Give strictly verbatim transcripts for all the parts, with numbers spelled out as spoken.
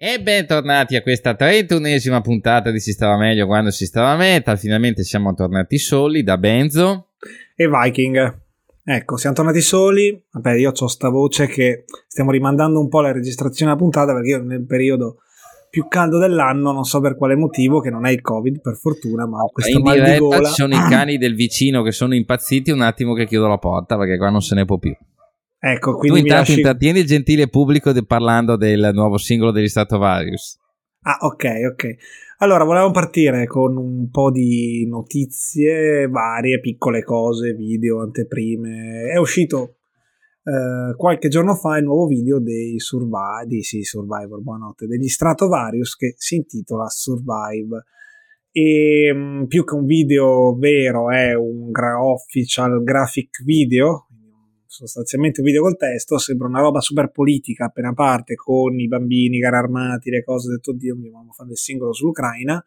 E bentornati a questa trentunesima puntata di Si stava meglio quando si stava metal. Finalmente siamo tornati soli da Benzo e Viking. Ecco, siamo tornati soli. Vabbè, io ho sta voce che stiamo rimandando un po' la registrazione della puntata perché io nel periodo più caldo dell'anno, non so per quale motivo, che non è il Covid per fortuna, ma ho questa in mal di gola. Ci sono i cani del vicino che sono impazziti. Un attimo che chiudo la porta perché qua non se ne può più. Ecco, quindi tu intanto lasci... intrattieni il gentile pubblico de- parlando del nuovo singolo degli Stratovarius. Ah, ok, ok. Allora, volevamo partire con un po' di notizie varie, piccole cose, video, anteprime. È uscito eh, qualche giorno fa il nuovo video dei Survive, di, sì, Survivor, buonanotte, degli Stratovarius, che si intitola Survive. E mh, più che un video vero è un gra- official graphic video, sostanzialmente un video col testo, sembra una roba super politica appena parte, con i bambini, i carri armati, le cose, ho detto oddio mio, mamma fanno il singolo sull'Ucraina,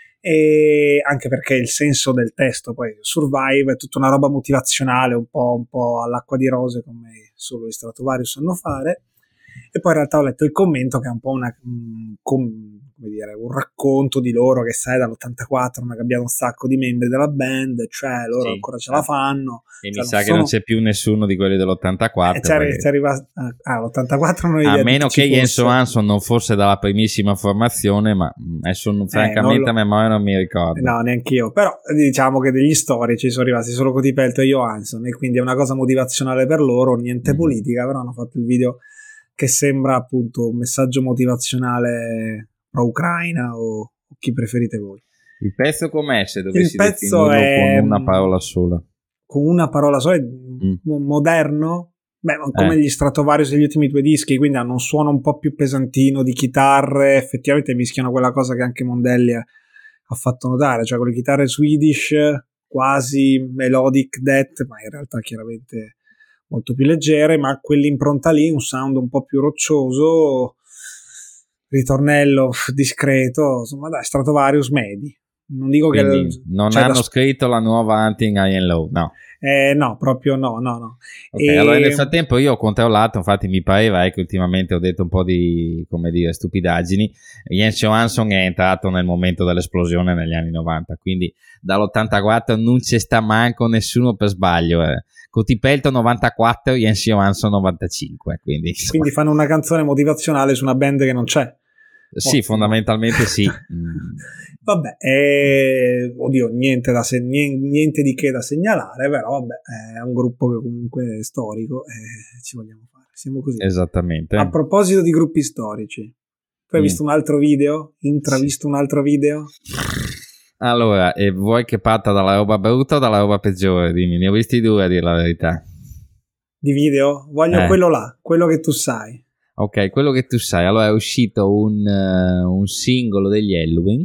e anche perché il senso del testo poi Survive è tutta una roba motivazionale, un po', un po' all'acqua di rose come solo gli Stratovarius sanno fare. E poi in realtà ho letto il commento che è un po' una, un, come dire, un racconto di loro che sai dall'ottantaquato hanno cambiato un sacco di membri della band, cioè loro sì, ancora ce la fanno. E cioè, mi sa sono... che non c'è più nessuno di quelli dell'ottantaquattro. Eh, c'è, perché... c'è arrivato... Ah, l'ottantaquattro non ho idea a meno che Jens fosse. Johansson non fosse dalla primissima formazione, ma adesso eh, francamente lo... a memoria non mi ricordo. No, neanche io. Però diciamo che degli storici sono arrivati solo Cotipelto e Johansson, e quindi è una cosa motivazionale per loro, niente mm. politica, però hanno fatto il video che sembra appunto un messaggio motivazionale pro Ucraina o, o chi preferite voi. Il pezzo com'è, se dovessi il pezzo è con una parola sola? Con una parola sola, mm. moderno? Beh, come eh. gli Stratovarius degli ultimi due dischi, quindi hanno un suono un po' più pesantino di chitarre, effettivamente mischiano quella cosa che anche Mondelli ha, ha fatto notare, cioè con le chitarre Swedish, quasi melodic death, ma in realtà chiaramente molto più leggere, ma quell'impronta lì, un sound un po' più roccioso, ritornello discreto, insomma dai, Stratovarius medi. Non dico quindi che non hanno da... scritto la nuova Hunting High and Low, no. Eh, no, proprio no, no, no. Ok, e... allora nel frattempo io ho controllato, infatti mi pareva eh, che ultimamente ho detto un po' di, come dire, stupidaggini. Jens Johansson è entrato nel momento dell'esplosione negli anni novanta, quindi dall'ottantaquattro non c'è sta manco nessuno per sbaglio. Eh. Cotipelto novantaquattro, Jens Johansson novantacinque. Quindi, quindi fanno una canzone motivazionale su una band che non c'è. Sì, ottimo. Fondamentalmente sì. Vabbè, eh, oddio, niente, da se- niente di che da segnalare, però vabbè, è un gruppo che comunque è storico e eh, ci vogliamo fare, siamo così. Esattamente. A proposito di gruppi storici, tu hai mm. visto un altro video? Intravisto sì. un altro video? Allora, e vuoi che parta dalla roba brutta o dalla roba peggiore? Dimmi, ne ho visti due a dire la verità. Di video? Voglio eh. quello là, quello che tu sai. Ok, quello che tu sai. Allora è uscito un, uh, un singolo degli Helloween,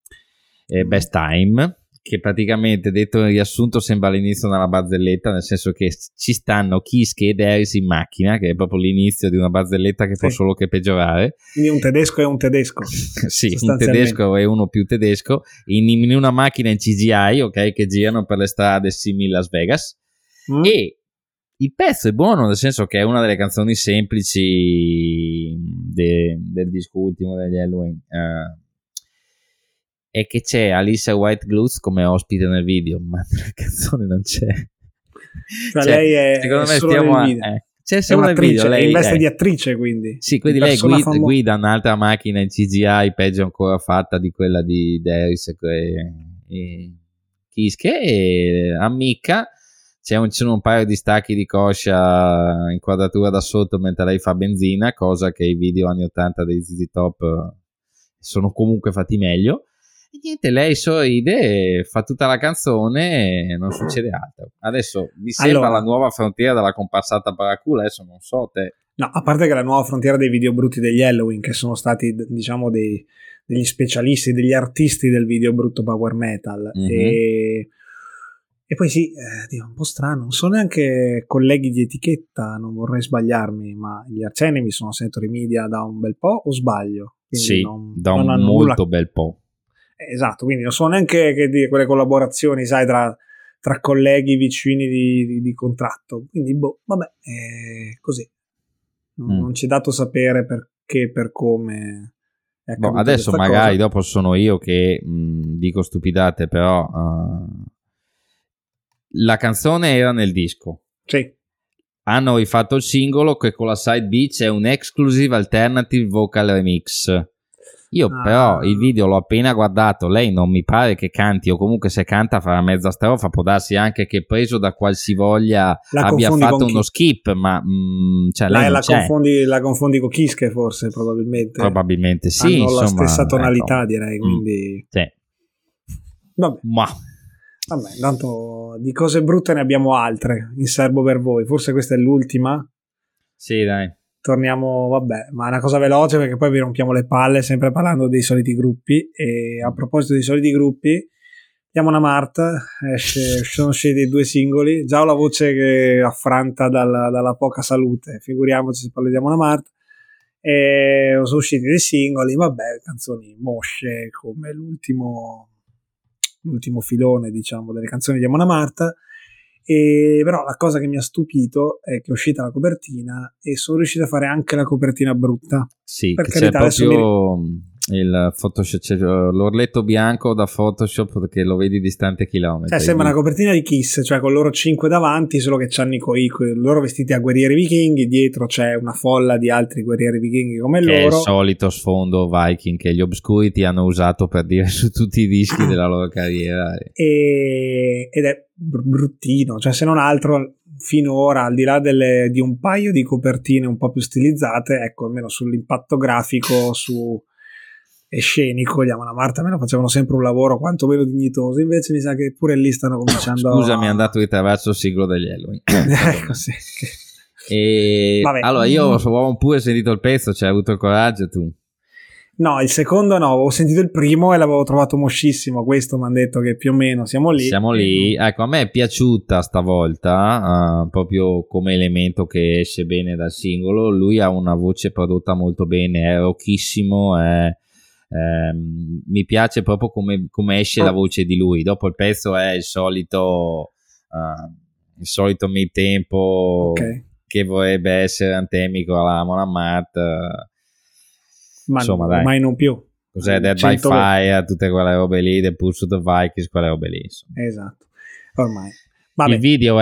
eh, Best Time, che praticamente, detto in riassunto, sembra l'inizio della barzelletta, nel senso che ci stanno Kiss ed Harris in macchina, che è proprio l'inizio di una barzelletta che sì. può solo che peggiorare. Quindi un tedesco è un tedesco. Sì, un tedesco e uno più tedesco, in, in una macchina in C G I, ok, che girano per le strade simili Las Vegas, mm. e il pezzo è buono, nel senso che è una delle canzoni semplici de, del disco ultimo degli Halloween. Uh, e che c'è Alicia White Glutz come ospite nel video, ma la canzone non c'è. Cioè, cioè lei è, secondo è me solo stiamo nel a, video. eh, c'è solo nel video. Lei è in veste eh. di attrice, quindi. Sì, quindi lei guida, famo- guida un'altra macchina in C G I, peggio ancora fatta di quella di Darius e, e Kiss, che ammicca. C'è un, c'è un paio di stacchi di coscia, inquadratura da sotto mentre lei fa benzina, cosa che i video anni ottanta dei Z Z Top sono comunque fatti meglio. E niente, lei sorride, fa tutta la canzone e non succede altro. Adesso vi sembra allora, la nuova frontiera della comparsata paracula? Adesso non so te. No, a parte che la nuova frontiera dei video brutti degli Halloween, che sono stati, diciamo, dei, degli specialisti, degli artisti del video brutto power metal. Mm-hmm. E... E poi sì, eh, è un po' strano, non sono neanche colleghi di etichetta, non vorrei sbagliarmi, ma gli Arch Enemy sono Century Media da un bel po', o sbaglio? Quindi sì, non, da non un molto nulla... bel po'. Eh, esatto, quindi non sono neanche che dire, quelle collaborazioni, sai, tra, tra colleghi vicini di, di, di contratto. Quindi, boh, vabbè, è così. Non, mm. non ci è dato sapere perché, per come... Boh, adesso magari cosa. Dopo sono io che mh, dico stupidate, però uh, la canzone era nel disco. Sì. Hanno rifatto il singolo che con la side B c'è un exclusive alternative vocal remix. Io ah. però il video l'ho appena guardato, lei non mi pare che canti, o comunque se canta farà mezza strofa, può darsi anche che preso da qualsivoglia la abbia fatto uno skip, ma mh, cioè lei la, non la c'è. Confondi, la confondi con Kiske forse, probabilmente. Probabilmente sì. Hanno insomma, la stessa tonalità, ecco. direi, quindi... Mm, sì. Vabbè. Ma... Vabbè, tanto di cose brutte ne abbiamo altre in serbo per voi, forse questa è l'ultima. Sì, dai. Torniamo, vabbè, ma è una cosa veloce perché poi vi rompiamo le palle sempre parlando dei soliti gruppi. E a proposito dei soliti gruppi, Yamon Amarth, esce, sono usciti due singoli, già ho la voce che affranta dalla, dalla poca salute, figuriamoci se parlo di Yamon Amarth. E sono usciti dei singoli, vabbè, canzoni mosce come l'ultimo l'ultimo filone, diciamo, delle canzoni di Yamon Amarth. E però la cosa che mi ha stupito è che è uscita la copertina e sono riuscito a fare anche la copertina brutta. Sì, per che carità, c'è proprio mi... il Photoshop, c'è l'orletto bianco da Photoshop che lo vedi distante chilometri. Cioè, sembra una copertina di Kiss, cioè con loro cinque davanti, solo che c'hanno i coi, loro vestiti a guerrieri vichinghi, dietro c'è una folla di altri guerrieri vichinghi come che loro. È il solito sfondo Viking che gli Obscurity hanno usato per dire su tutti i dischi della loro carriera. E... ed è bruttino, cioè se non altro finora, al di là delle, di un paio di copertine un po' più stilizzate, ecco, almeno sull'impatto grafico, su e scenico, Yamon Amarth almeno facevano sempre un lavoro quantomeno dignitoso, invece mi sa che pure lì stanno cominciando. Scusa, mi è andato di traverso il siglo degli Halloween. Ecco, sì. E vabbè. Allora io avevo pure sentito il pezzo, cioè hai avuto il coraggio tu? No, il secondo no, avevo sentito il primo e l'avevo trovato moscissimo, questo mi hanno detto che più o meno siamo lì. Siamo lì, ecco, a me è piaciuta stavolta, uh, proprio come elemento che esce bene dal singolo, lui ha una voce prodotta molto bene, è rocchissimo, è... Eh, mi piace proprio come, come esce oh. la voce di lui. Dopo il pezzo è il solito uh, il solito mid-tempo okay. che vorrebbe essere antemico alla Yamon Amarth, ma insomma, no, dai. ormai non più Cos'è Dead by Fire, tutte quelle robe lì, The Pursuit of Vikings, quelle robe lì, insomma. Esatto, ormai. Vabbè. Il video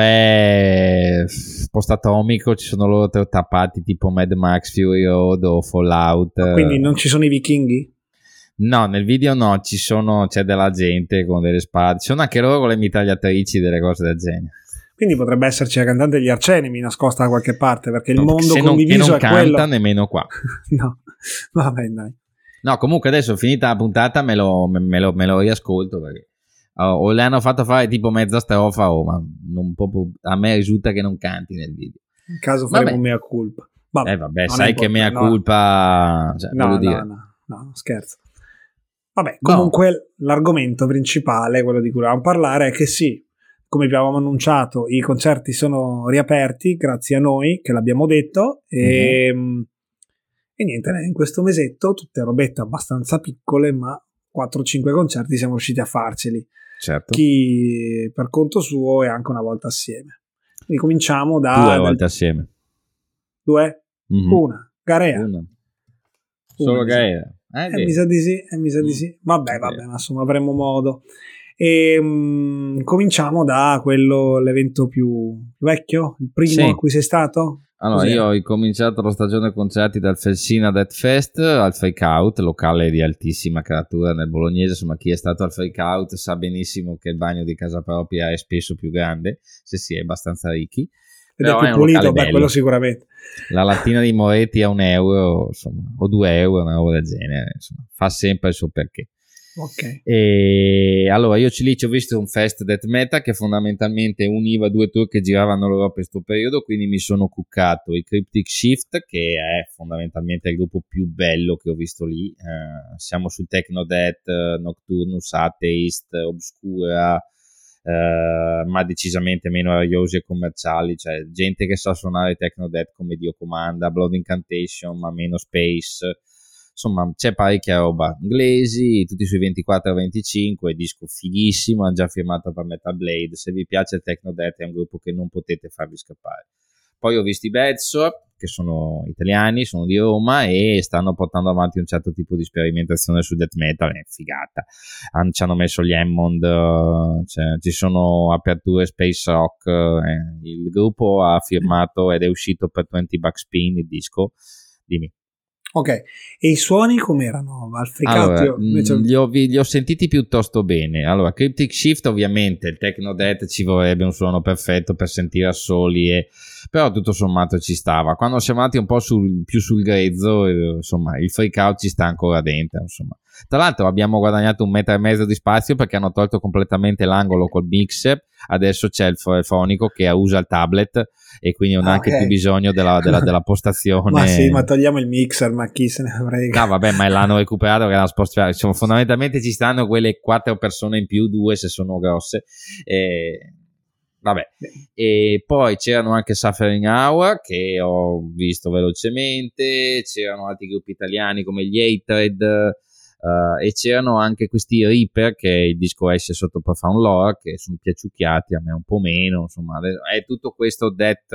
è post-atomico, ci sono loro tappati tipo Mad Max, Fury Road o Fallout. Ma quindi non ci sono i vichinghi? No, nel video no, ci sono, c'è della gente con delle spade, ci sono anche loro con le mitragliatrici, delle cose del genere. Quindi potrebbe esserci la cantante degli Arcenemi nascosta da qualche parte, perché il no, mondo se condiviso non, è canta quello. Nemmeno qua. No, vabbè, dai. No, comunque adesso finita la puntata me lo, me lo, me lo riascolto perché oh, o le hanno fatto fare tipo mezza strofa o ma non proprio, a me risulta che non canti nel video. In caso faremo vabbè. mea culpa. Vabbè, eh vabbè, sai che mea no. culpa, cioè, no, no, dire. no, no, scherzo. Vabbè, comunque no. L'argomento principale, quello di cui volevamo parlare, è che sì, come abbiamo annunciato, i concerti sono riaperti grazie a noi che l'abbiamo detto e, mm-hmm. e niente, in questo mesetto tutte robette abbastanza piccole, ma quattro cinque concerti siamo riusciti a farceli. Certo. Chi per conto suo e anche una volta assieme. Quindi cominciamo da... Due volte assieme. Due? Mm-hmm. Una. Garea. Una. Solo Garea. Eh, eh, mi sa di sì, eh, mi sa di sì. Vabbè, vabbè, ma insomma avremo modo. E um, cominciamo da quello, l'evento più vecchio, il primo sì. a cui sei stato? Allora, Cos'era? Io ho cominciato la stagione concerti dal Felsina Death Fest al Fake Out, locale di altissima caratura nel bolognese. Insomma, chi è stato al Fake Out sa benissimo che il bagno di casa propria è spesso più grande, se si è abbastanza ricchi. Ed è più pulito, beh, quello sicuramente. La lattina di Moretti a un euro, insomma, o due euro, una roba del genere, insomma, fa sempre il suo perché. Ok. E allora io lì ci ho visto un fest death metal che fondamentalmente univa due tour che giravano l'Europa in questo periodo, quindi mi sono cuccato i Cryptic Shift, che è fondamentalmente il gruppo più bello che ho visto lì. Eh, siamo sul Techno Death, Nocturnus, Atheist, Obscura, Uh, ma decisamente meno ariosi e commerciali, cioè gente che sa suonare Techno Death come Dio comanda, Blood Incantation, ma meno space, insomma c'è parecchia roba. Inglesi, tutti sui ventiquattro a venticinque, disco fighissimo, hanno già firmato per Metal Blade. Se vi piace il Techno Death è un gruppo che non potete farvi scappare. Poi ho visto i Bedsore, che sono italiani, sono di Roma e stanno portando avanti un certo tipo di sperimentazione su death metal, è figata. Han, ci hanno messo gli Hammond, cioè, ci sono aperture space rock, eh, il gruppo ha firmato ed è uscito per venti bucks spin il disco. Dimmi. Ok, e i suoni com'erano? Allora, Io, invece... li, ho, li ho sentiti piuttosto bene. Allora, Cryptic Shift, ovviamente, il Techno Death ci vorrebbe un suono perfetto per sentire assoli, e... però tutto sommato ci stava. Quando siamo andati un po' sul, più sul grezzo, eh, insomma, il freak out ci sta ancora dentro, insomma. Tra l'altro abbiamo guadagnato un metro e mezzo di spazio perché hanno tolto completamente l'angolo col mixer, adesso c'è il fonico che usa il tablet e quindi non ha ah, anche okay. più bisogno della, della, della postazione. Ma sì, ma togliamo il mixer, ma chi se ne frega. No vabbè, ma l'hanno recuperato che l'hanno spostato, insomma, fondamentalmente ci stanno quelle quattro persone in più, due se sono grosse, e... vabbè. E poi c'erano anche Suffering Hour che ho visto velocemente, c'erano altri gruppi italiani come gli Hatred. Uh, e c'erano anche questi Reaper, che il disco esce sotto Profound Lore, che sono piaciucchiati, a me un po' meno, insomma è tutto questo death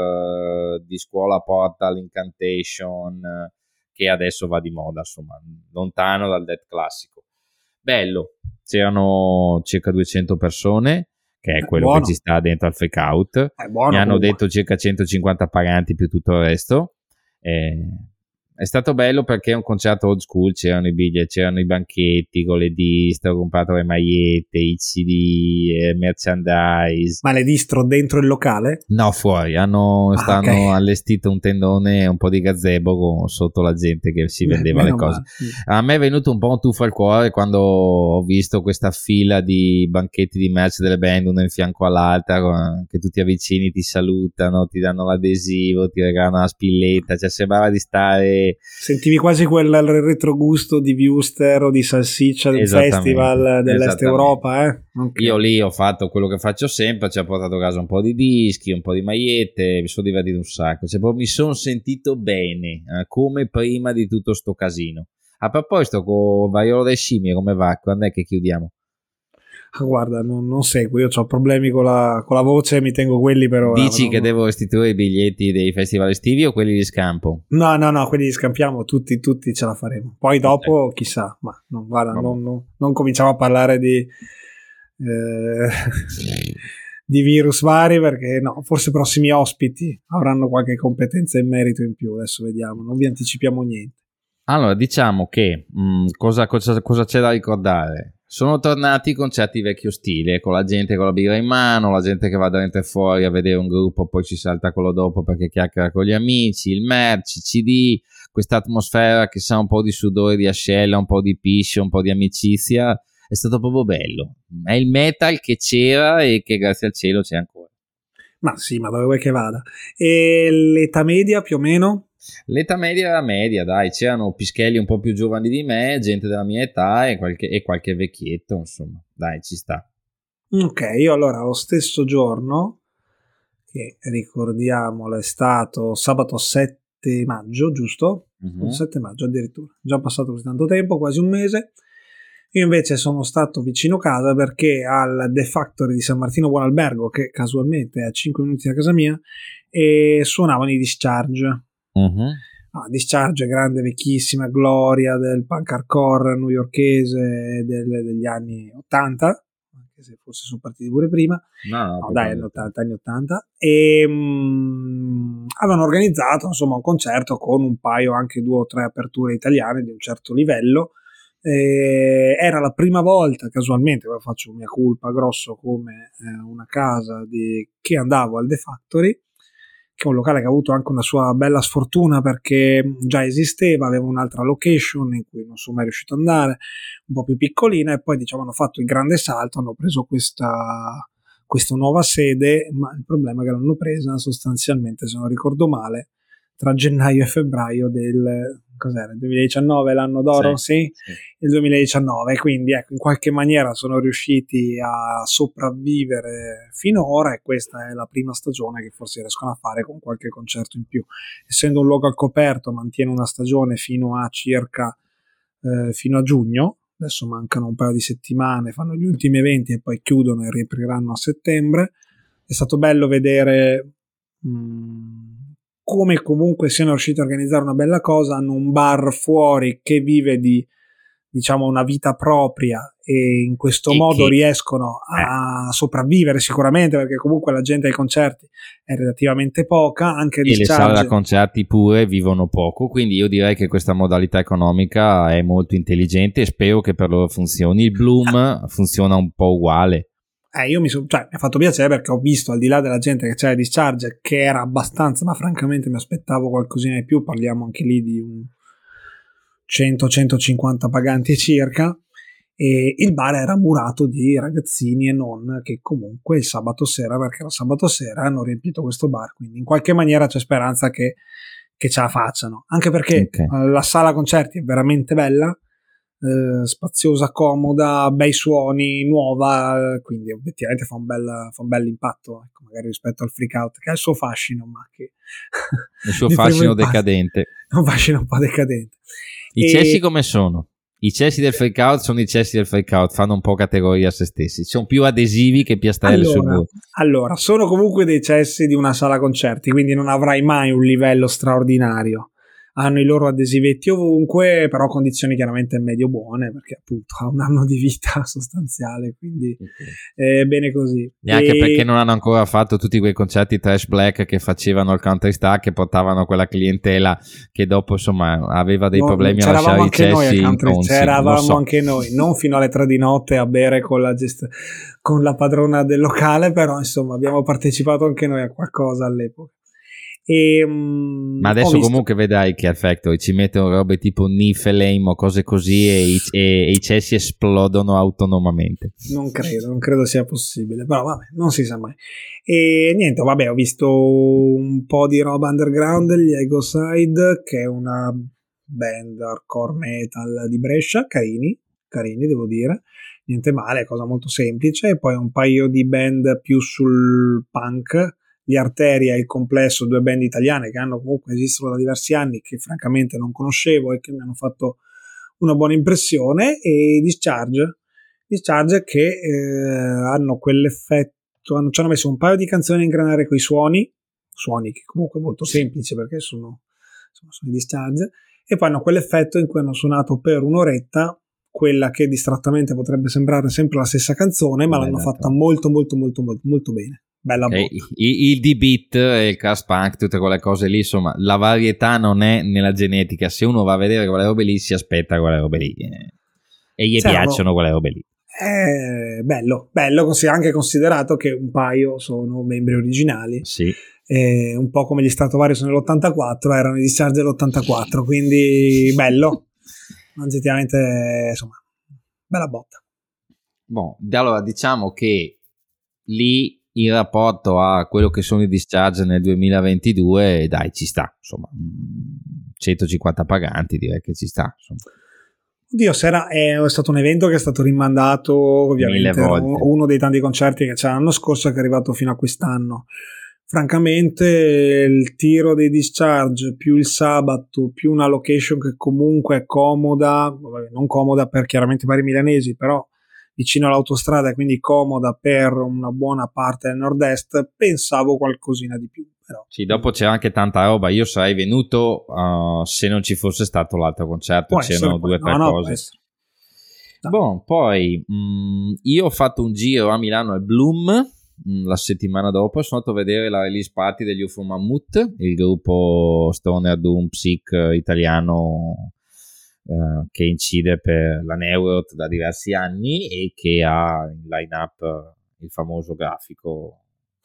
uh, di scuola Portal Incantation uh, che adesso va di moda, insomma lontano dal death classico. Bello, c'erano circa duecento persone, che è quello buono. Che ci sta dentro al fake out, è buono, mi hanno comunque. Detto circa centocinquanta paganti più tutto il resto. eh, È stato bello perché è un concerto old school, c'erano i biglietti, c'erano i banchetti con le distro, ho comprato le magliette, i C D, eh, merchandise. Ma le distro dentro il locale? No, fuori, hanno, ah, stanno okay. allestito un tendone e un po' di gazebo con, sotto la gente che si vendeva Beh, le cose. Male. A me è venuto un po' un tuffo al cuore quando ho visto questa fila di banchetti di merch delle band, uno in fianco all'altra, che tu ti avvicini, ti salutano, ti danno l'adesivo, ti regalano la spilletta, cioè sembrava di stare... Sentivi quasi quel retrogusto di Wuster o di Salsiccia del festival dell'Est Europa, eh? Okay. Io lì ho fatto quello che faccio sempre, ci ho portato a casa un po' di dischi, un po' di magliette, mi sono divertito un sacco, cioè, mi sono sentito bene, eh, come prima di tutto sto casino. A proposito, con Vaiolo delle Scimmie come va? Quando è che chiudiamo? Ah, guarda, non, non seguo, io ho problemi con la, con la voce, mi tengo quelli per ora. Dici non... che devo restituire i biglietti dei festival estivi o quelli di scampo? No, no, no, quelli li scampiamo, tutti, tutti ce la faremo. Poi dopo, okay. chissà, ma non, guarda, non, non, non cominciamo a parlare di, eh, di virus vari, perché no, forse i prossimi ospiti avranno qualche competenza in merito in più, adesso vediamo, non vi anticipiamo niente. Allora, diciamo che mh, cosa, cosa, cosa c'è da ricordare? Sono tornati i concerti vecchio stile, con la gente con la birra in mano, la gente che va dentro e fuori a vedere un gruppo, poi ci salta quello dopo perché chiacchiera con gli amici, il merch, i C D, questa atmosfera che sa un po' di sudore di ascella, un po' di piscio, un po' di amicizia, è stato proprio bello. È il metal che c'era e che grazie al cielo c'è ancora. Ma sì, ma dove vuoi che vada? E l'età media più o meno? L'età media era media, dai, c'erano pischelli un po' più giovani di me, gente della mia età e qualche, e qualche vecchietto, insomma, dai, ci sta. Ok, io allora lo stesso giorno, che ricordiamolo è stato sabato sette maggio, giusto? Uh-huh. sette maggio addirittura, già passato così tanto tempo, quasi un mese. Io invece sono stato vicino casa perché al The Factory di San Martino Buonalbergo, che casualmente è a cinque minuti da casa mia, e suonavano i Discharge. Uh-huh. Ah, Discharge, grande vecchissima gloria del punk hardcore newyorkese del, degli anni ottanta, anche se forse sono partiti pure prima. No, no, no dai, anni ottanta, anni ottanta. E mh, avevano organizzato insomma un concerto con un paio, anche due o tre aperture italiane di un certo livello. Eh, era la prima volta, casualmente, faccio mia colpa grosso come eh, una casa di, che andavo al The Factory, che è un locale che ha avuto anche una sua bella sfortuna perché già esisteva, aveva un'altra location in cui non sono mai riuscito ad andare, un po' più piccolina, e poi diciamo hanno fatto il grande salto, hanno preso questa, questa nuova sede, ma il problema è che l'hanno presa sostanzialmente, se non ricordo male, tra gennaio e febbraio del cos'era, il duemiladiciannove, l'anno d'oro, sì, sì? sì. Il duemiladiciannove, quindi ecco, in qualche maniera sono riusciti a sopravvivere finora, e questa è la prima stagione che forse riescono a fare con qualche concerto in più. Essendo un luogo al coperto, mantiene una stagione fino a circa eh, fino a giugno, adesso mancano un paio di settimane, fanno gli ultimi eventi e poi chiudono e riapriranno a settembre. È stato bello vedere mh, come comunque siano riusciti a organizzare una bella cosa, hanno un bar fuori che vive di, diciamo, una vita propria, e in questo e modo che, riescono a eh. sopravvivere sicuramente, perché comunque la gente ai concerti è relativamente poca, anche e le sale da concerti pure vivono poco, quindi io direi che questa modalità economica è molto intelligente e spero che per loro funzioni. Il Bloom ah. funziona un po' uguale. Eh, io mi, so, cioè, mi ha fatto piacere, perché ho visto, al di là della gente che c'è a Discharge, che era abbastanza, ma francamente mi aspettavo qualcosina di più, parliamo anche lì di un cento centocinquanta paganti circa, e il bar era murato di ragazzini e non, che comunque il sabato sera, perché era sabato sera, hanno riempito questo bar, quindi in qualche maniera c'è speranza che, che ce la facciano, anche perché okay. la sala concerti è veramente bella, eh, spaziosa, comoda, bei suoni, nuova, quindi obiettivamente fa un bel, fa un bel impatto, ecco, magari rispetto al Freak Out, che ha il suo fascino, ma che il suo fascino decadente, un fascino un po' decadente. I e... cessi come sono? I cessi del Freak Out sono i cessi del Freak Out, fanno un po' categoria a se stessi, sono più adesivi che piastrelle allora, sul muro. Allora, sono comunque dei cessi di una sala concerti, quindi non avrai mai un livello straordinario. Hanno i loro adesivetti ovunque, però condizioni chiaramente medio buone, perché appunto ha un anno di vita sostanziale, quindi okay. è bene così. Neanche e... perché non hanno ancora fatto tutti quei concerti trash black che facevano il country star, che portavano quella clientela che dopo insomma aveva dei no, problemi a lasciare i cessi inconsi. C'eravamo so. anche noi, non fino alle tre di notte a bere con la, gest- con la padrona del locale, però insomma abbiamo partecipato anche noi a qualcosa all'epoca. E, um, ma adesso comunque vedrai che al Factory ci mettono robe tipo Niflheim o cose così e i, e, e i cessi esplodono autonomamente. Non credo, non credo sia possibile, però vabbè, non si sa mai. E niente, vabbè, ho visto un po' di roba underground, gli Egocide, che è una band hardcore metal di Brescia, carini, carini devo dire, niente male, cosa molto semplice, e poi un paio di band più sul punk, gli Arteria e il Complesso, due band italiane che hanno comunque esistono da diversi anni, che francamente non conoscevo e che mi hanno fatto una buona impressione, e Discharge, Discharge che eh, hanno quell'effetto, hanno, ci hanno messo un paio di canzoni a ingranare coi suoni, suoni che comunque molto semplici perché sono, insomma, sono i Discharge, e poi hanno quell'effetto in cui hanno suonato per un'oretta quella che distrattamente potrebbe sembrare sempre la stessa canzone, ma l'hanno fatta molto molto molto molto molto bene. Bella okay. il, il D-Beat e il Crash Punk, tutte quelle cose lì, insomma la varietà non è nella genetica, se uno va a vedere quelle robe lì si aspetta quelle robe lì eh, e gli Serano. piacciono quelle robe lì. È bello, bello anche considerato che un paio sono membri originali, sì. eh, un po' come gli Stratovarius nell'ottantaquattro erano i Discharge dell'ottantaquattro, quindi bello, oggettivamente insomma bella botta. Bon, allora diciamo che lì in rapporto a quello che sono i Discharge nel duemilaventidue, dai, ci sta, insomma, centocinquanta paganti, direi che ci sta, insomma. Oddio, sera è stato un evento che è stato rimandato, ovviamente, uno dei tanti concerti che c'è l'anno scorso, che è arrivato fino a quest'anno. Francamente, il tiro dei Discharge più il sabato, più una location che comunque è comoda, non comoda per chiaramente i vari milanesi, però vicino all'autostrada e quindi comoda per una buona parte del nord-est, pensavo qualcosina di più. Però. Sì, dopo c'era anche tanta roba, io sarei venuto uh, se non ci fosse stato l'altro concerto, può c'erano essere, due o tre no, cose. No. Bon, poi mh, io ho fatto un giro a Milano al Bloom mh, la settimana dopo, sono andato a vedere la release party degli U F O Mammut, il gruppo stoner doom psych italiano Uh, che incide per la Neurot da diversi anni e che ha in line-up uh, il famoso grafico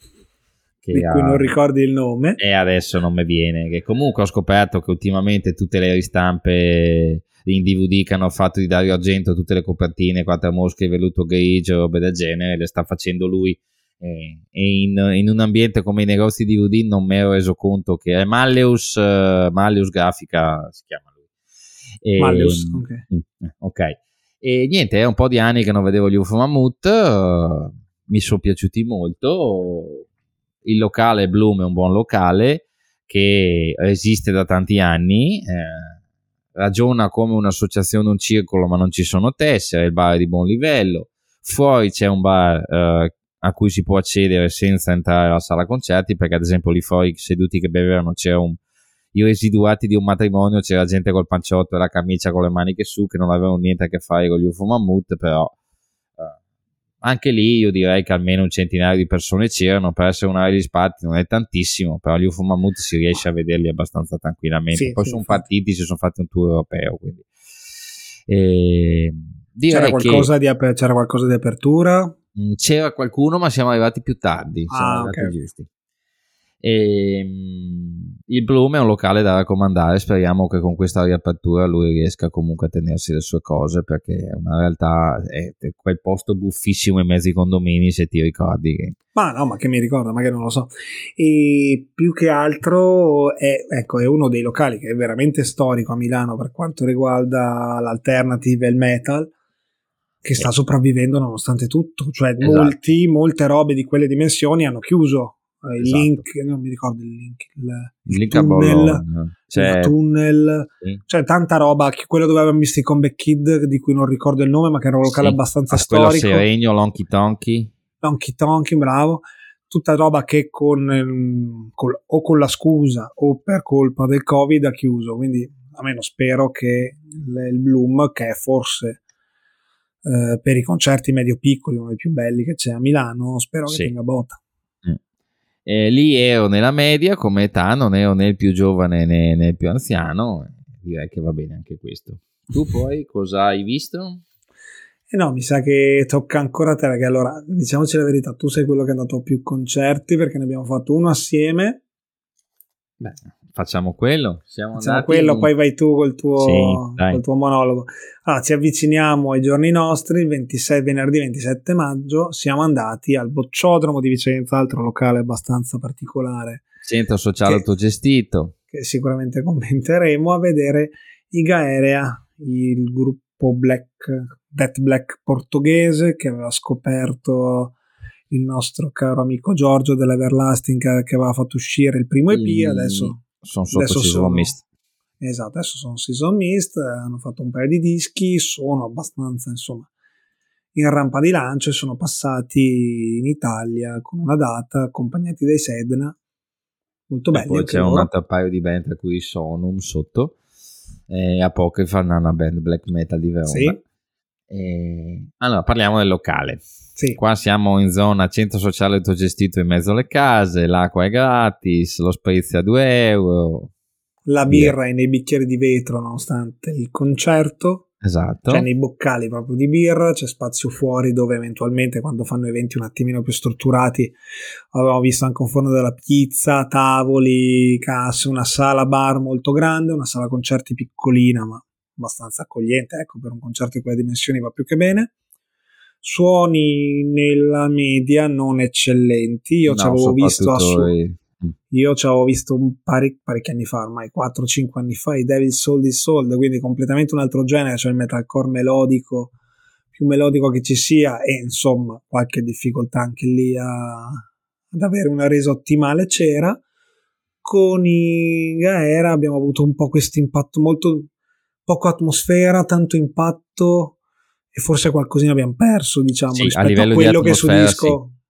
che di cui ha, non ricordi il nome e adesso non mi viene, che comunque ho scoperto che ultimamente tutte le ristampe in D V D che hanno fatto di Dario Argento, tutte le copertine, quattro mosche, velluto grigio, robe del genere, le sta facendo lui, e, e in, in un ambiente come i negozi D V D non mi ero reso conto che è Malleus, uh, Malleus Grafica si chiama. E, Malleus, ok. ok. E niente, è un po' di anni che non vedevo gli U F O Mammut, uh, mi sono piaciuti molto. Il locale Bloom è un buon locale che esiste da tanti anni, eh, ragiona come un'associazione, un circolo, ma non ci sono tessere, il bar è di buon livello. Fuori c'è un bar uh, a cui si può accedere senza entrare alla sala concerti, perché ad esempio lì fuori seduti che bevevano c'era un, i residuati di un matrimonio, c'era gente col panciotto e la camicia con le maniche su che non avevano niente a che fare con gli U F O Mammut, però eh, anche lì io direi che almeno un centinaio di persone c'erano. Per essere un'area di spatti non è tantissimo, però gli U F O Mammut si riesce a vederli abbastanza tranquillamente. Sì, poi sì, sono infatti. partiti, si sono fatti un tour europeo, quindi e c'era qualcosa, che, di, c'era qualcosa di apertura? C'era qualcuno, ma siamo arrivati più tardi. Siamo ah, arrivati okay. giusti. E, il Bloom è un locale da raccomandare. Speriamo che con questa riapertura lui riesca comunque a tenersi le sue cose, perché è una realtà, è quel posto buffissimo in mezzo ai condomini, se ti ricordi che... ma no, ma che mi ricorda, magari non lo so. E più che altro è, ecco, è uno dei locali che è veramente storico a Milano per quanto riguarda l'alternative e il metal, che sta sopravvivendo nonostante tutto. Cioè esatto. molti, molte robe di quelle dimensioni hanno chiuso. Il esatto. link, non mi ricordo il link, il, il, il tunnel, cioè, il tunnel, sì. Cioè tanta roba, quello dove avevamo visto i Combat Kid, di cui non ricordo il nome, ma che era un locale sì. abbastanza ah, storico. Quello Seregno, Lonky Tonky. Lonky Tonky, bravo. Tutta roba che con, con o con la scusa o per colpa del Covid ha chiuso, quindi almeno spero che il, il Bloom, che è forse eh, per i concerti medio piccoli uno dei più belli che c'è a Milano, spero sì. che tenga botta. Eh, lì ero nella media come età, non ero né il più giovane né, né il più anziano, direi che va bene anche questo. Tu poi cosa hai visto? Eh no, mi sa che tocca ancora a te, perché allora diciamoci la verità, tu sei quello che è andato a più concerti, perché ne abbiamo fatto uno assieme. Beh, facciamo quello. Siamo facciamo andati quello, in... poi vai tu col tuo, sì, col tuo monologo. Allora, ci avviciniamo ai giorni nostri, il ventisei, venerdì ventisette maggio, siamo andati al Bocciodromo di Vicenza, altro locale abbastanza particolare. Centro sociale che, autogestito. Che sicuramente commenteremo, a vedere i Gaerea, il gruppo Black, Death Black portoghese, che aveva scoperto il nostro caro amico Giorgio dell'Everlasting, che, che aveva fatto uscire il primo E P, I, adesso sono sotto adesso Season sono, Mist. Esatto, adesso sono Season Mist, hanno fatto un paio di dischi, sono abbastanza, insomma, in rampa di lancio e sono passati in Italia con una data, accompagnati dai Sedna, molto belli. E poi c'è loro. Un altro paio di band, tra cui Sonum sotto, e Apocrypha, una band black metal di Verona. Sì. E... allora parliamo del locale. Sì. Qua siamo in zona centro sociale autogestito in mezzo alle case, l'acqua è gratis, lo spritz a due euro, la birra è nei bicchieri di vetro nonostante il concerto, esatto, cioè nei boccali proprio di birra, c'è spazio fuori dove eventualmente quando fanno eventi un attimino più strutturati avevamo visto anche un forno della pizza, tavoli, casse, una sala bar molto grande, una sala concerti piccolina ma abbastanza accogliente, ecco, per un concerto di quelle dimensioni va più che bene. Suoni nella media non eccellenti, io no, ci avevo visto a su- i... io ci avevo visto un pari, parecchi anni fa, ormai quattro cinque anni fa, i Devil Sold is Sold, quindi completamente un altro genere, cioè il metalcore melodico, più melodico che ci sia, e insomma qualche difficoltà anche lì a, ad avere una resa ottimale c'era. Con i Gaera abbiamo avuto un po' questo impatto, molto poco atmosfera, tanto impatto, e forse qualcosina abbiamo perso, diciamo, sì, rispetto a, a quello che su disco. Sì.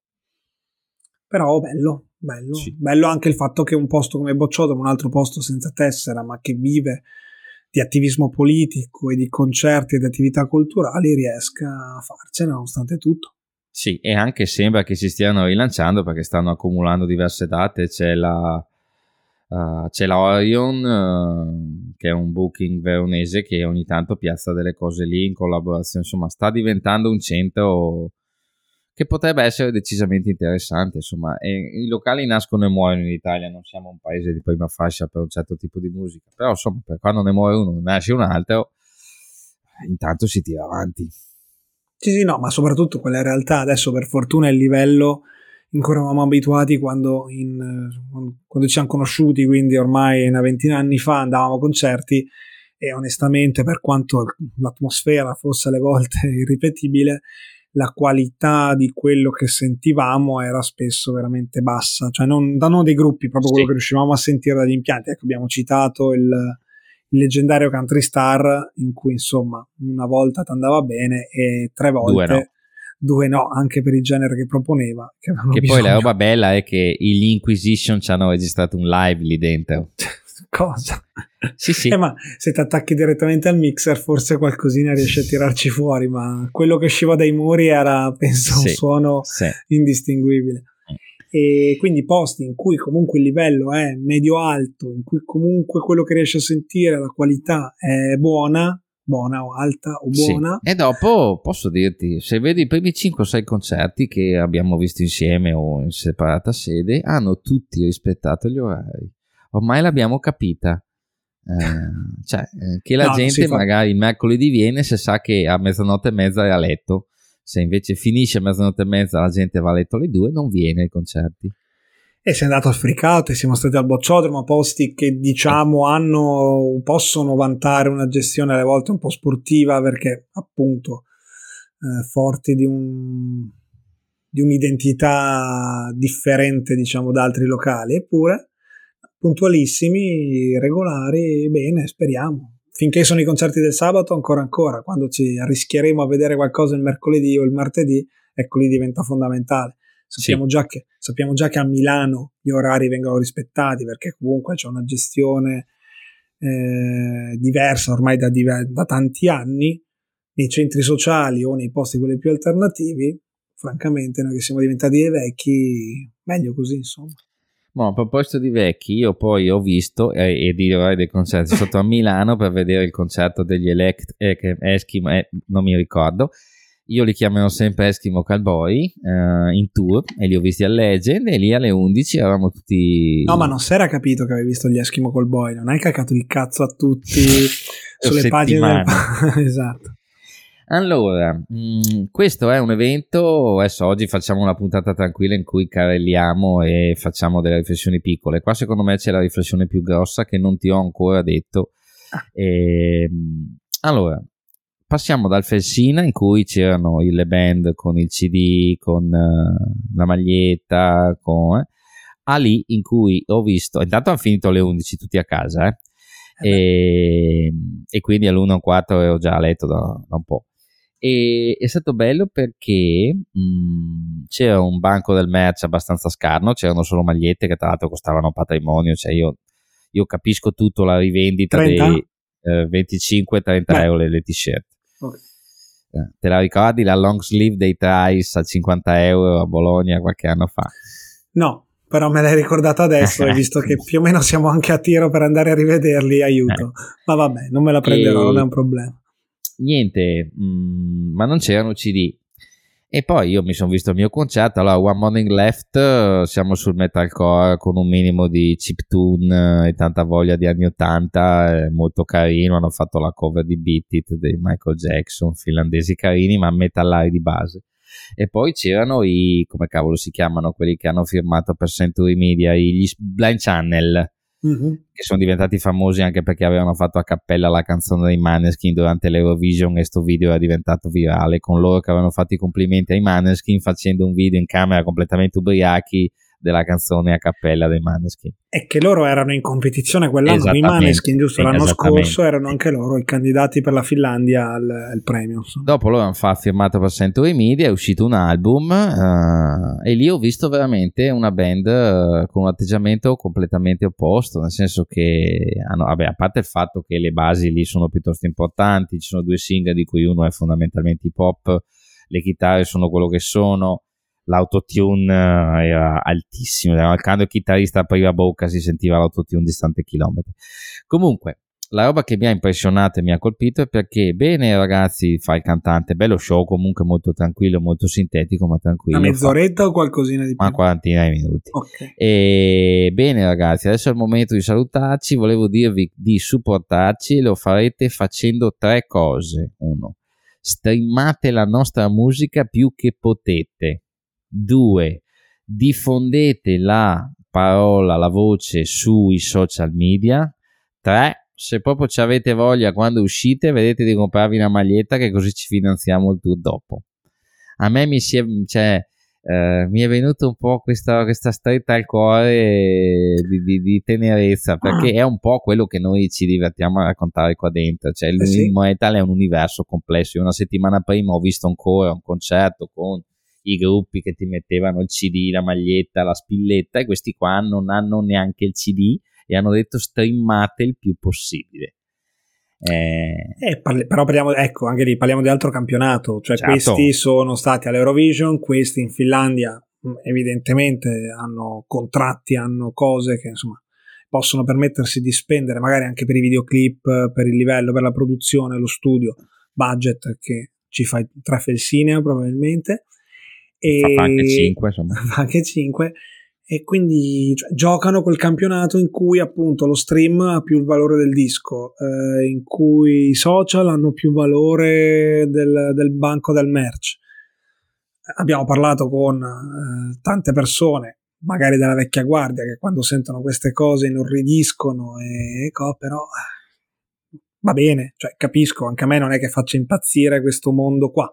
Però bello, bello. Sì. Bello anche il fatto che un posto come Bocciodromo, un altro posto senza tessera, ma che vive di attivismo politico e di concerti e di attività culturali, riesca a farcene nonostante tutto. Sì, e anche sembra che si stiano rilanciando perché stanno accumulando diverse date. C'è la Uh, c'è la Orion, uh, che è un booking veronese che ogni tanto piazza delle cose lì in collaborazione, insomma sta diventando un centro che potrebbe essere decisamente interessante, insomma, e i locali nascono e muoiono in Italia, non siamo un paese di prima fascia per un certo tipo di musica, però insomma per quando ne muore uno nasce un altro, intanto si tira avanti. Sì sì, no, ma soprattutto quella realtà adesso per fortuna è il livello in cui eravamo abituati quando, in, quando ci siamo conosciuti, quindi ormai una ventina di anni fa andavamo a concerti, e onestamente per quanto l'atmosfera fosse alle volte irripetibile, la qualità di quello che sentivamo era spesso veramente bassa, cioè non, da non dei gruppi, proprio sì. quello che riuscivamo a sentire dagli impianti. Ecco, abbiamo citato il, il leggendario Country Star, in cui insomma una volta ti andava bene e tre volte... Due no. due no, anche per il genere che proponeva. Che, che bisogno. Poi la roba bella è che gli Inquisition ci hanno registrato un live lì dentro. Cosa? Sì, sì. Eh, ma se ti attacchi direttamente al mixer forse qualcosina riesci a tirarci fuori, ma quello che usciva dai muri era, penso, sì, un suono sì. indistinguibile. E quindi posti in cui comunque il livello è medio-alto, in cui comunque quello che riesci a sentire, la qualità è buona, buona o alta o buona. Sì. E dopo posso dirti, se vedi i primi cinque o sei concerti che abbiamo visto insieme o in separata sede, hanno tutti rispettato gli orari. Ormai l'abbiamo capita. Eh, cioè, eh, che la no, gente magari il mercoledì viene se sa che a mezzanotte e mezza è a letto. Se invece finisce a mezzanotte e mezza la gente va a letto alle due, non viene ai concerti. E si è andato a Sfricato e siamo stati al Bocciodromo, posti che diciamo hanno, possono vantare una gestione alle volte un po' sportiva, perché appunto eh, forti di un di un'identità differente diciamo da altri locali, eppure puntualissimi, regolari, bene, speriamo. Finché sono i concerti del sabato, ancora ancora, quando ci arrischieremo a vedere qualcosa il mercoledì o il martedì, ecco lì diventa fondamentale. Sappiamo, sì. già che, sappiamo già che a Milano gli orari vengono rispettati, perché comunque c'è una gestione eh, diversa ormai da, da tanti anni. Nei centri sociali o nei posti quelli più alternativi, francamente noi che siamo diventati dei vecchi, meglio così insomma. No, a proposito di vecchi, io poi ho visto eh, e di orari dei concerti, sono stato a Milano per vedere il concerto degli Elect eh, Eskimo, eh, non mi ricordo, io li chiamano sempre Eskimo Cowboy eh, in tour e li ho visti al Legend e lì alle undici eravamo tutti... No, ma non si era capito che avevi visto gli Eskimo Cowboy, non hai caccato il cazzo a tutti sulle pagine del... Esatto. Allora, mh, questo è un evento, adesso oggi facciamo una puntata tranquilla in cui carrelliamo e facciamo delle riflessioni piccole. Qua secondo me c'è la riflessione più grossa che non ti ho ancora detto. E, allora, passiamo dal Felsina in cui c'erano le band con il C D, con uh, la maglietta, con, eh, a lì in cui ho visto, intanto hanno finito alle undici tutti a casa, eh, e, e quindi all'una e un quarto ero già a letto da, da un po'. E è stato bello perché mh, c'era un banco del merch abbastanza scarno, c'erano solo magliette che tra l'altro costavano patrimonio, cioè io, io capisco tutto, la rivendita trenta? Dei eh, venticinque trenta euro le t-shirt. Okay. Eh, te la ricordi la long sleeve dei Trice a cinquanta euro a Bologna qualche anno fa? No, però me l'hai ricordata adesso e visto che più o meno siamo anche a tiro per andare a rivederli, aiuto. Eh. Ma vabbè, non me la prenderò, e... non è un problema. Niente, mh, ma non c'erano C D. E poi io mi sono visto il mio concerto, allora One Morning Left, siamo sul metalcore con un minimo di chiptune e tanta voglia di anni ottanta, è molto carino, hanno fatto la cover di Beat It di Michael Jackson, finlandesi carini ma metallari di base. E poi c'erano i, come cavolo si chiamano, quelli che hanno firmato per Century Media, gli Blind Channel, mm-hmm. che sono diventati famosi anche perché avevano fatto a cappella la canzone dei Maneskin durante l'Eurovision e sto video era diventato virale con loro che avevano fatto i complimenti ai Maneskin facendo un video in camera completamente ubriachi della canzone a cappella dei Maneskin. E che loro erano in competizione quell'anno, i Maneskin, giusto? L'anno scorso erano anche loro i candidati per la Finlandia al, al premio. Insomma. Dopo loro hanno fatto, firmato per Century Media, è uscito un album uh, e lì ho visto veramente una band uh, con un atteggiamento completamente opposto, nel senso che hanno, vabbè, a parte il fatto che le basi lì sono piuttosto importanti, ci sono due singer di cui uno è fondamentalmente hip hop, le chitarre sono quello che sono, l'autotune era altissimo, quando il chitarrista apriva bocca si sentiva l'autotune distante chilometri. Comunque la roba che mi ha impressionato e mi ha colpito è perché bene ragazzi, fa il cantante, bello show comunque molto tranquillo, molto sintetico ma tranquillo, una mezz'oretta fa... o qualcosina di più? Una quarantina di minuti. Okay. E bene ragazzi, adesso è il momento di salutarci, volevo dirvi di supportarci e lo farete facendo tre cose. Uno, streamate la nostra musica più che potete. Due, diffondete la parola, la voce sui social media. Tre, se proprio ci avete voglia quando uscite vedete di comprarvi una maglietta che così ci finanziamo il tour dopo. A me mi si è, cioè, eh, mi è venuto un po' questa, questa stretta al cuore di, di, di tenerezza, perché ah. è un po' quello che noi ci divertiamo a raccontare qua dentro, cioè il eh sì. metal è un universo complesso. Io una settimana prima ho visto ancora un concerto con i gruppi che ti mettevano il C D, la maglietta, la spilletta, e questi qua non hanno neanche il C D e hanno detto streamate il più possibile. Eh, eh, parli, però parliamo, ecco, anche lì parliamo di altro campionato, cioè certo. Questi sono stati all'Eurovision, questi in Finlandia evidentemente hanno contratti, hanno cose che insomma possono permettersi di spendere magari anche per i videoclip, per il livello, per la produzione, lo studio, budget che ci fa tre felsinea probabilmente, e fa anche cinque, insomma. Fa anche cinque. E quindi cioè, giocano quel campionato in cui appunto lo stream ha più il valore del disco, eh, in cui i social hanno più valore del, del banco del merch. Abbiamo parlato con eh, tante persone, magari della vecchia guardia, che quando sentono queste cose inorridiscono e ecco, però va bene, cioè capisco, anche a me non è che faccia impazzire questo mondo qua,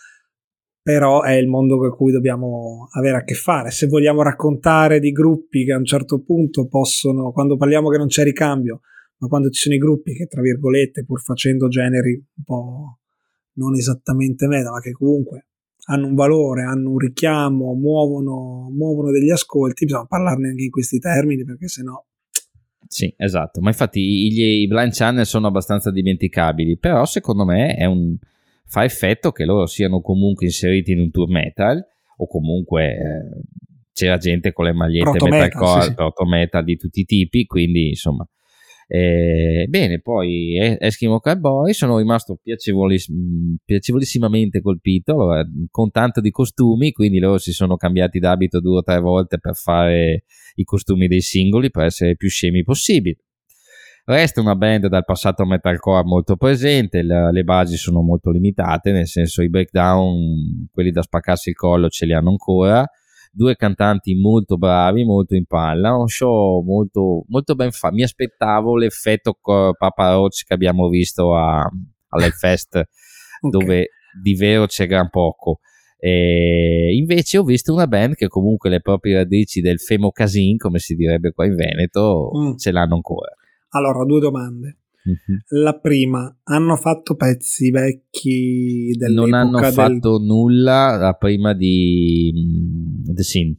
però è il mondo con cui dobbiamo avere a che fare. Se vogliamo raccontare di gruppi che a un certo punto possono, quando parliamo che non c'è ricambio, ma quando ci sono i gruppi che tra virgolette, pur facendo generi un po' non esattamente meta, ma che comunque hanno un valore, hanno un richiamo, muovono, muovono degli ascolti, bisogna parlarne anche in questi termini, perché sennò. Sì, esatto, ma infatti i, i blind channel sono abbastanza dimenticabili, però secondo me è un fa effetto che loro siano comunque inseriti in un tour metal, o comunque eh, c'era gente con le magliette metalcore, sì, sì. proto metal di tutti i tipi, quindi insomma eh, bene. Poi eh, Eskimo Cowboy sono rimasto piacevoliss- piacevolissimamente colpito, allora, con tanto di costumi, quindi loro si sono cambiati d'abito due o tre volte per fare i costumi dei singoli, per essere più scemi possibili. Resta una band dal passato metalcore molto presente, le, le basi sono molto limitate, nel senso i breakdown, quelli da spaccarsi il collo, ce li hanno ancora. Due cantanti molto bravi, molto in palla, un show molto, molto ben fatto. Mi aspettavo l'effetto Papa Roach che abbiamo visto a, all'Hellfest, okay. dove di vero c'è gran poco. E invece ho visto una band che comunque le proprie radici del Femo Casin, come si direbbe qua in Veneto, mm. ce l'hanno ancora. Allora, due domande. Mm-hmm. La prima, hanno fatto pezzi vecchi dell'epoca? Non hanno del... fatto nulla la prima di um, The Scene.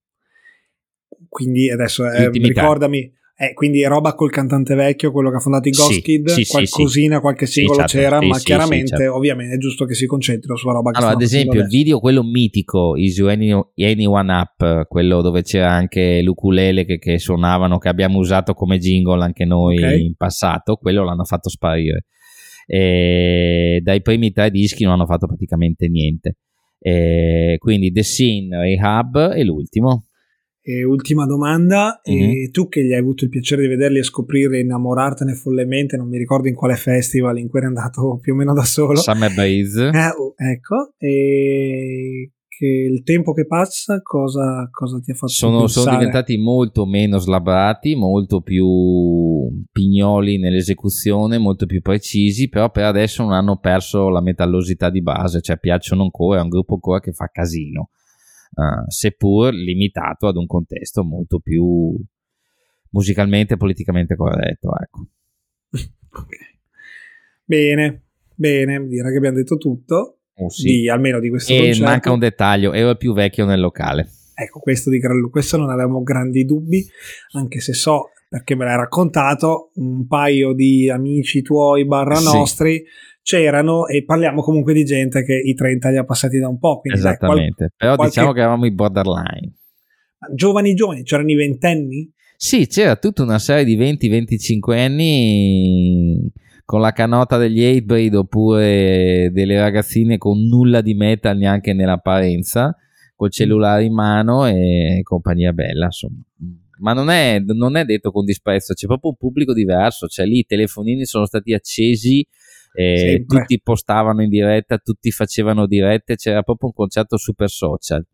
Quindi adesso eh, ricordami, eh, quindi è roba col cantante vecchio, quello che ha fondato i Ghost sì, Kid, sì, qualcosina, sì, qualche singolo sì, certo, c'era, sì, ma sì, chiaramente sì, certo. ovviamente è giusto che si concentrino sulla roba che allora, stanno ad esempio il adesso. video, quello mitico Is You Any, Anyone Up, quello dove c'era anche l'ukulele che, che suonavano, che abbiamo usato come jingle anche noi okay. in passato, quello l'hanno fatto sparire. E dai primi tre dischi non hanno fatto praticamente niente, e quindi The Scene, Rehab e l'ultimo. E ultima domanda, mm-hmm. e tu che gli hai avuto il piacere di vederli e scoprirli, innamorartene follemente, non mi ricordo in quale festival in cui eri andato più o meno da solo, Summer Breeze, eh, ecco, e che il tempo che passa cosa, cosa ti ha fatto sono, pensare? sono diventati molto meno slabrati, molto più pignoli nell'esecuzione, molto più precisi, però per adesso non hanno perso la metallosità di base, cioè piacciono ancora, è un gruppo ancora che fa casino. Uh, seppur limitato ad un contesto molto più musicalmente e politicamente corretto, ecco. Okay. Bene, bene, direi che abbiamo detto tutto, oh, sì. di, almeno di questo e concerto. Manca un dettaglio, ero il più vecchio nel locale. Ecco, questo, di, questo non avevamo grandi dubbi, anche se so, perché me l'hai raccontato, un paio di amici tuoi barra nostri sì. c'erano, e parliamo comunque di gente che i trenta li ha passati da un po'. Quindi esattamente, dai, qual- però qualche... diciamo che eravamo i borderline. Giovani giovani, c'erano i ventenni? Sì, c'era tutta una serie di venti venticinque anni con la canota degli Hatebreed, oppure delle ragazzine con nulla di metal neanche nell'apparenza, col cellulare in mano e compagnia bella, insomma. Ma non è, non è detto con disprezzo, c'è proprio un pubblico diverso, cioè lì i telefonini sono stati accesi, eh, tutti postavano in diretta, tutti facevano dirette, c'era proprio un concerto super social.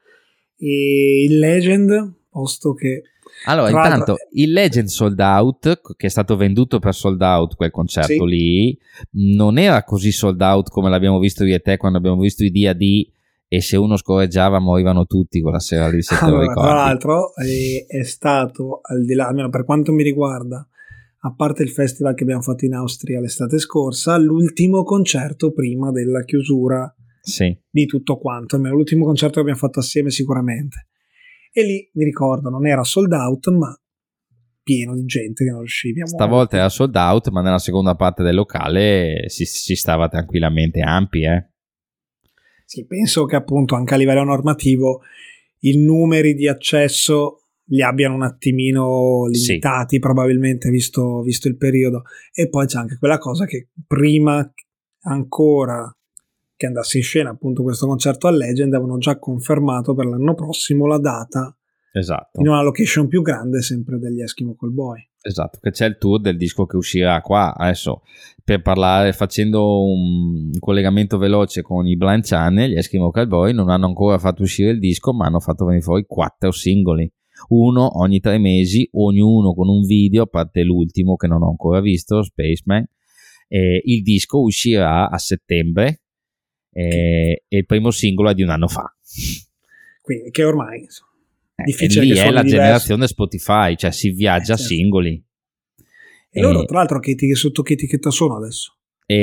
E il Legend, posto che... Allora, intanto il Legend Sold Out, che è stato venduto per sold out quel concerto sì. lì, non era così sold out come l'abbiamo visto io e te quando abbiamo visto i D A D e se uno scorreggiava morivano tutti quella sera lì, se te lo Allora, ricordi. tra l'altro è, è stato, al di là, almeno per quanto mi riguarda, a parte il festival che abbiamo fatto in Austria l'estate scorsa, l'ultimo concerto prima della chiusura sì. di tutto quanto, almeno l'ultimo concerto che abbiamo fatto assieme sicuramente. E lì, mi ricordo, non era sold out, ma pieno di gente che non riuscivamo. Stavolta era sold out, ma nella seconda parte del locale si, si stava tranquillamente ampi, eh. Sì, penso che appunto anche a livello normativo i numeri di accesso li abbiano un attimino limitati, sì, probabilmente visto, visto il periodo. E poi c'è anche quella cosa che prima ancora che andasse in scena appunto questo concerto al Legend avevano già confermato per l'anno prossimo la data, esatto, in una location più grande sempre degli Eskimo Callboy. Esatto, che c'è il tour del disco che uscirà qua adesso. Per parlare, facendo un collegamento veloce con i Blind Channel, gli Eskimo Callboy non hanno ancora fatto uscire il disco, ma hanno fatto venire fuori quattro singoli, uno ogni tre mesi, ognuno con un video, a parte l'ultimo che non ho ancora visto, Spaceman. Eh, il disco uscirà a settembre eh, e il primo singolo è di un anno fa, quindi che ormai insomma, eh, difficile, e lì che è la diversi. generazione Spotify, cioè si viaggia eh, certo. a singoli. E loro, tra l'altro, che, che sotto che etichetta sono adesso?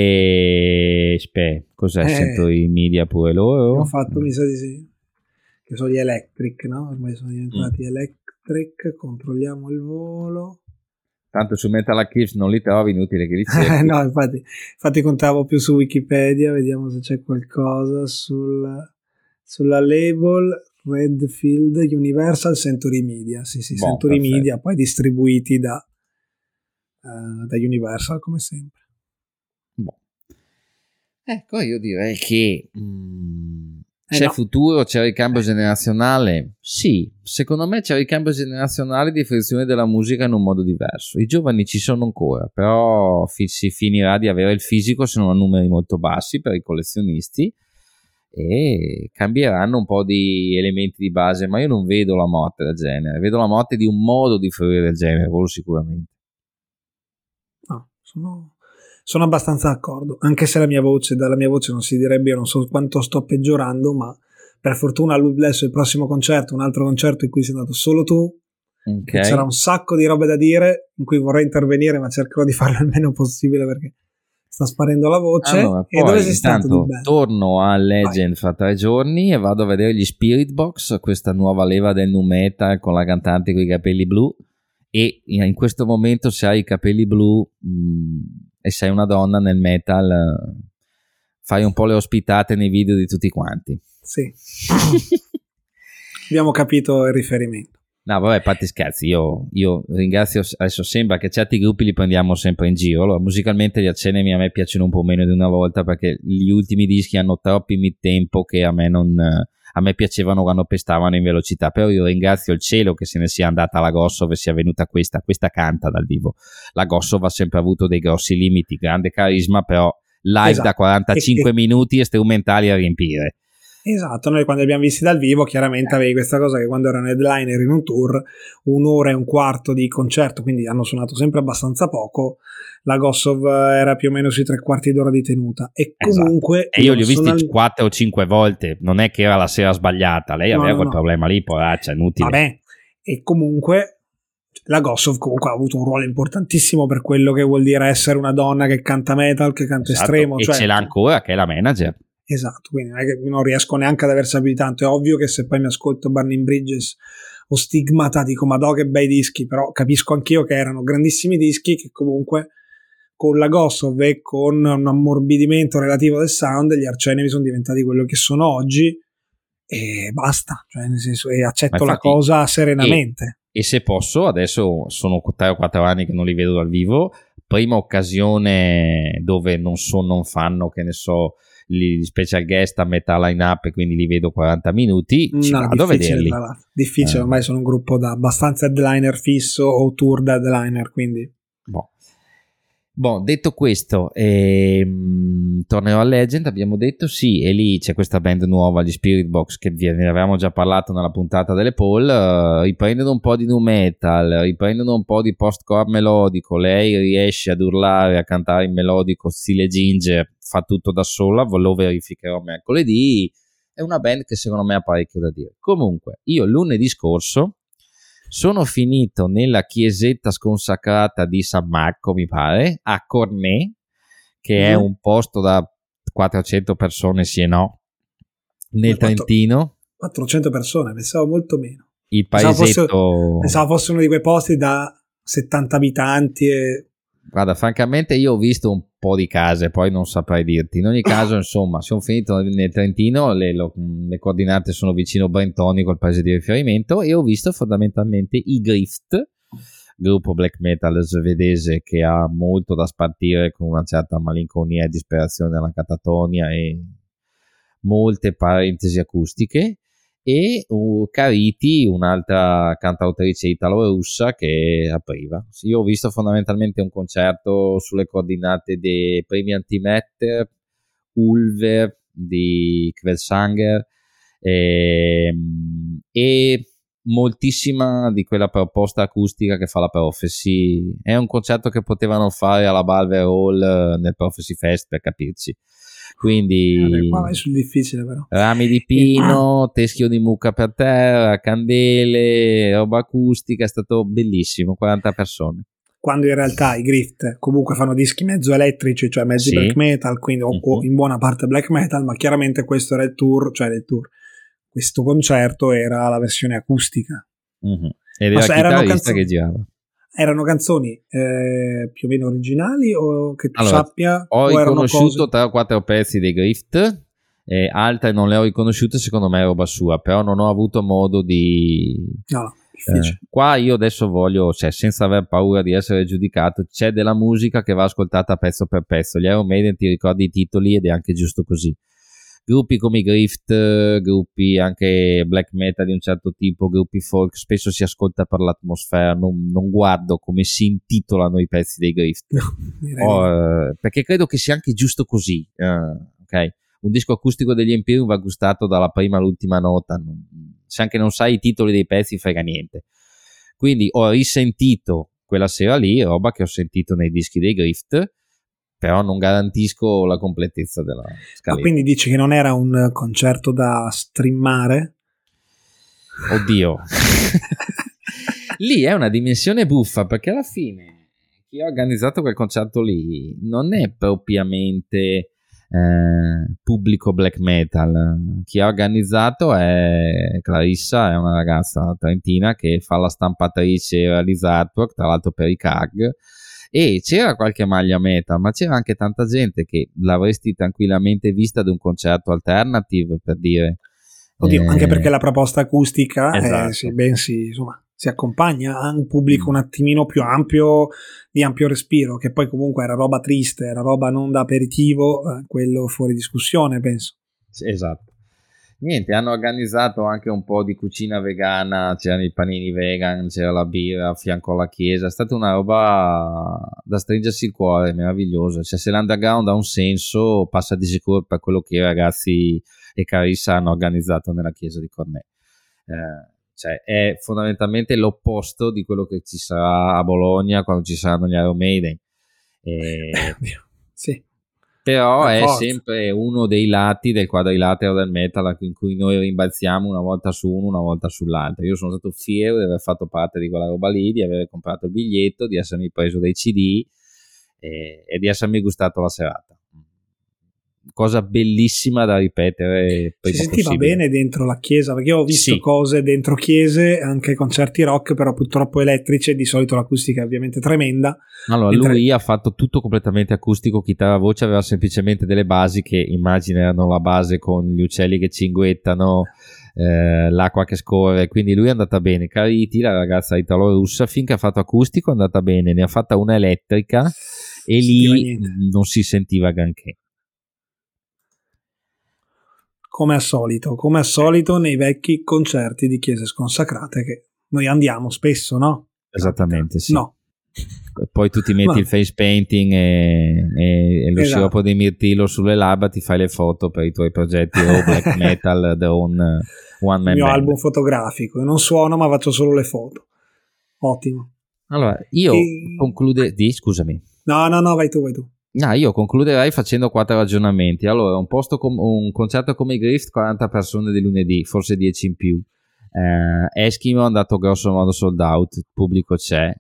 E spè, cos'è? Eh, Sento i media pure loro. Ho fatto, mi sa di sì, che sono gli Electric, no? Ormai sono diventati mm. Electric. Controlliamo il volo. Tanto su Metal Eclipse non li trovi, inutile che li cerchi. No, infatti, infatti contavo più su Wikipedia, vediamo se c'è qualcosa sul, sulla label Redfield Universal Century Media. Sì, sì, bon, Century perfetto. Media, poi distribuiti da Uh, da Universal come sempre. Boh. Ecco, io direi che mh, eh c'è no. futuro, c'è ricambio generazionale. Sì, secondo me c'è ricambio generazionale di fruizione della musica in un modo diverso. I giovani ci sono ancora, però fi- si finirà di avere il fisico se non a numeri molto bassi per i collezionisti, e cambieranno un po' di elementi di base, ma io non vedo la morte del genere, vedo la morte di un modo di fruire del genere, quello sicuramente. No, sono, sono abbastanza d'accordo, anche se la mia voce, dalla mia voce non si direbbe, io non so quanto sto peggiorando, ma per fortuna adesso il prossimo concerto, un altro concerto in cui sei andato solo tu, okay. C'era un sacco di robe da dire in cui vorrei intervenire, ma cercherò di farlo il meno possibile perché sta sparendo la voce. Allora, e dove sei stato di bello? Torno a Legend fra tre giorni e vado a vedere gli Spirit Box, questa nuova leva del nu metal con la cantante con i capelli blu. E in questo momento, se hai i capelli blu mh, e sei una donna nel metal, fai un po' le ospitate nei video di tutti quanti. Sì. Abbiamo capito il riferimento. No, vabbè, fatti scherzi, io, io ringrazio, adesso sembra che certi gruppi li prendiamo sempre in giro. Allora, musicalmente gli Accenemi a me piacciono un po' meno di una volta, perché gli ultimi dischi hanno troppi mid-tempo che a me non... a me piacevano quando pestavano in velocità, però io ringrazio il cielo che se ne sia andata la Gossov e sia venuta questa, questa canta dal vivo. La Gossov ha sempre avuto dei grossi limiti, grande carisma, però live esatto. Da quarantacinque e, minuti e strumentali a riempire. Esatto, noi quando li abbiamo visti dal vivo chiaramente avevi questa cosa che quando erano headliner in un tour, un'ora e un quarto di concerto, quindi hanno suonato sempre abbastanza poco, la Gossov era più o meno sui tre quarti d'ora di tenuta e comunque... Esatto. E io li ho visti quattro o cinque volte, non è che era la sera sbagliata, lei no, aveva no, quel no. problema lì, poraccia, inutile. Vabbè, e comunque la Gossov comunque ha avuto un ruolo importantissimo per quello che vuol dire essere una donna che canta metal, che canta esatto. estremo. E cioè... ce l'ha ancora, che è la manager. Esatto, quindi non, è che non riesco neanche ad aver saputo tanto. È ovvio che se poi mi ascolto Burning Bridges o Stigmata dico madò che bei dischi, però capisco anch'io che erano grandissimi dischi che comunque con la Gossov e con un ammorbidimento relativo del sound gli Arch Enemy sono diventati quello che sono oggi e basta, cioè nel senso, e accetto infatti, la cosa serenamente. E, e se posso, adesso sono tre o quattro anni che non li vedo dal vivo, prima occasione dove non so, non fanno, che ne so, gli special guest a metà line up e quindi li vedo quaranta minuti, ci no, vado a vederli. Difficile, eh. Ormai sono un gruppo da abbastanza headliner fisso o tour da headliner, quindi boh. Boh, detto questo, ehm, tornerò a Legend, abbiamo detto sì, e lì c'è questa band nuova, gli Spirit Box, che vi ne avevamo già parlato nella puntata delle Paul, uh, riprendono un po' di nu metal, riprendono un po' di post-core melodico, lei riesce ad urlare, a cantare in melodico stile Ginger, fa tutto da sola, lo verificherò mercoledì, è una band che secondo me ha parecchio da dire. Comunque, io lunedì scorso sono finito nella chiesetta sconsacrata di San Marco, mi pare, a Cornet, che mm. è un posto da quattrocento persone, sì e no, nel Trentino. quattrocento persone, pensavo molto meno. Il paesetto... Pensavo fosse, pensavo fosse uno di quei posti da settanta abitanti e... Guarda, francamente io ho visto un po' di case, poi non saprei dirti. In ogni caso, insomma, sono finito nel Trentino, le, lo, le coordinate sono vicino a Brentonico, il paese di riferimento, e ho visto fondamentalmente i Grift, gruppo black metal svedese che ha molto da spartire con una certa malinconia e disperazione nella catatonia e molte parentesi acustiche, e uh, Cariti, un'altra cantautrice italo-russa che apriva. Io ho visto fondamentalmente un concerto sulle coordinate dei primi Antimatter, Ulver di Kvelsanger e, e moltissima di quella proposta acustica che fa la Prophecy. È un concerto che potevano fare alla Balver Hall nel Prophecy Fest, per capirci. Quindi qua vai sul difficile, però rami di pino, ah. teschio di mucca per terra, candele, roba acustica, è stato bellissimo. quaranta persone, quando in realtà i Grift comunque fanno dischi mezzo elettrici, cioè mezzi sì. black metal, quindi uh-huh. o in buona parte black metal, ma chiaramente questo era il tour, cioè il tour questo concerto era la versione acustica, uh-huh. ed era il chitarrista che girava. Erano canzoni eh, più o meno originali, o che tu allora, sappia? Ho o riconosciuto tre o quattro pezzi dei Grift, eh, altre non le ho riconosciute, secondo me è roba sua, però non ho avuto modo di... No, no, difficile. Eh, qua io adesso voglio, cioè senza aver paura di essere giudicato, c'è della musica che va ascoltata pezzo per pezzo. Gli Iron Maiden ti ricordi i titoli ed è anche giusto così. Gruppi come i Grift, gruppi anche black metal di un certo tipo, gruppi folk, spesso si ascolta per l'atmosfera, non, non guardo come si intitolano i pezzi dei Grift, no, oh, eh, perché credo che sia anche giusto così. Uh, ok, un disco acustico degli Imperium va gustato dalla prima all'ultima nota, non, se anche non sai i titoli dei pezzi frega niente. Quindi ho risentito quella sera lì roba che ho sentito nei dischi dei Grift, però non garantisco la completezza della scaletta. Ma quindi dici che non era un concerto da streamare? Oddio. Lì è una dimensione buffa, perché alla fine chi ha organizzato quel concerto lì non è propriamente eh, pubblico black metal. Chi ha organizzato è Clarissa, è una ragazza trentina che fa la stampatrice e realizza artwork, tra l'altro per i C A G, e c'era qualche maglia metal, ma c'era anche tanta gente che l'avresti tranquillamente vista ad un concerto alternative, per dire. Oddio, eh, anche perché la proposta acustica esatto. eh, sì, ben si, insomma, si accompagna a un pubblico un attimino più ampio, di ampio respiro, che poi comunque era roba triste, era roba non da aperitivo, eh, quello fuori discussione, penso. Esatto. Niente, hanno organizzato anche un po' di cucina vegana, c'erano i panini vegan, c'era la birra a fianco alla chiesa, è stata una roba da stringersi il cuore, meravigliosa. Cioè, se l'underground ha un senso, passa di sicuro per quello che i ragazzi e Carissa hanno organizzato nella chiesa di Cornet. Eh, cioè, è fondamentalmente l'opposto di quello che ci sarà a Bologna quando ci saranno gli Iron Maiden. Eh, sì. Però è sempre uno dei lati del quadrilatero del metal in cui noi rimbalziamo una volta su uno, una volta sull'altro. Io sono stato fiero di aver fatto parte di quella roba lì, di aver comprato il biglietto, di essermi preso dei C D e, e di essermi gustato la serata. Cosa bellissima da ripetere. Si sentiva possibile. Bene dentro la chiesa, perché io ho visto sì. cose dentro chiese, anche concerti rock, però purtroppo elettrici, e di solito l'acustica è ovviamente tremenda. Allora, mentre... lui ha fatto tutto completamente acustico, chitarra, voce, aveva semplicemente delle basi che immagino erano la base con gli uccelli che cinguettano, eh, l'acqua che scorre, quindi lui è andata bene. Cariti, la ragazza italo-russa, finché ha fatto acustico è andata bene, ne ha fatta una elettrica e lì non si sentiva granché. Come al solito, come al solito nei vecchi concerti di chiese sconsacrate che noi andiamo spesso, no? Esattamente, sì. No. Poi tu ti metti Ma... il face painting e, e, e lo esatto. sciroppo di mirtillo sulle labbra, ti fai le foto per i tuoi progetti o black metal, the own one man il mio band. album fotografico. Io non suono, ma faccio solo le foto. Ottimo. Allora, io e... concludo... Di, scusami. No, no, no, vai tu, vai tu. No, io concluderei facendo quattro ragionamenti. Allora, un, posto com- un concerto come i Grift, quaranta persone di lunedì, forse dieci in più. Eh, Eskimo è andato grosso modo sold out, il pubblico c'è.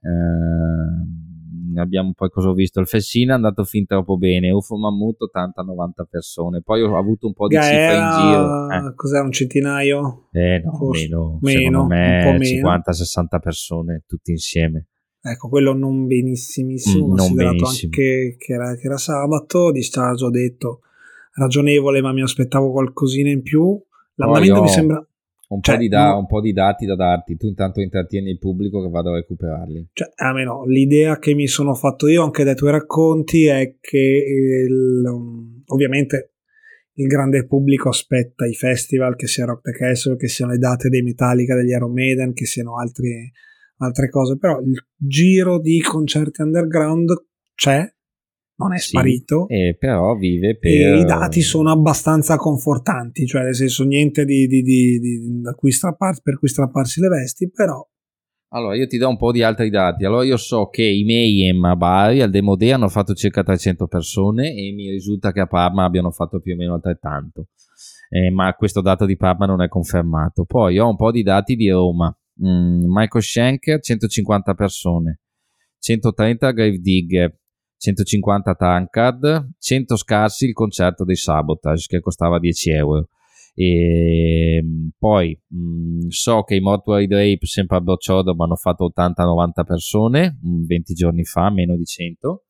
Eh, abbiamo poi cosa ho visto? Il Fessina è andato fin troppo bene. U F O Mammut ottanta novanta persone. Poi ho avuto un po' di cifre in giro. Gaera, cos'era, un centinaio? Eh, eh no, Forse meno, meno, secondo un po' me meno. cinquanta sessanta persone tutti insieme. Ecco, quello non benissimissimo, Mm, non considerato benissimo. anche che era, che era sabato. Discharge, ho detto, ragionevole, ma mi aspettavo qualcosina in più. L'andamento Poi mi sembra... Un, Cioè, po di da- no, un po' di dati da darti, tu intanto intrattieni il pubblico che vado a recuperarli. cioè, a me no, l'idea che mi sono fatto io anche dai tuoi racconti è che il, um, ovviamente il grande pubblico aspetta i festival, che sia Rock the Castle, che siano le date dei Metallica, degli Iron Maiden, che siano altri, altre cose, però il giro di concerti underground c'è, non è Sì, sparito, e però vive per... e i dati sono abbastanza confortanti, cioè nel senso niente di, di, di, di, da cui strappar, per cui strapparsi le vesti, però... Allora, io ti do un po' di altri dati. Allora, io so che i Mayhem a Bari, al Demo Day, hanno fatto circa trecento persone e mi risulta che a Parma abbiano fatto più o meno altrettanto. Eh, ma questo dato di Parma non è confermato. Poi ho un po' di dati di Roma. Mm, Michael Schenker, centocinquanta persone. centotrenta Gravedigger, centocinquanta Tankard, cento scarsi il concerto dei Sabotage che costava dieci euro. E poi mh, so che i Mortuary Drape sempre a Brocciodromo hanno fatto ottanta novanta persone mh, venti giorni fa, meno di cento.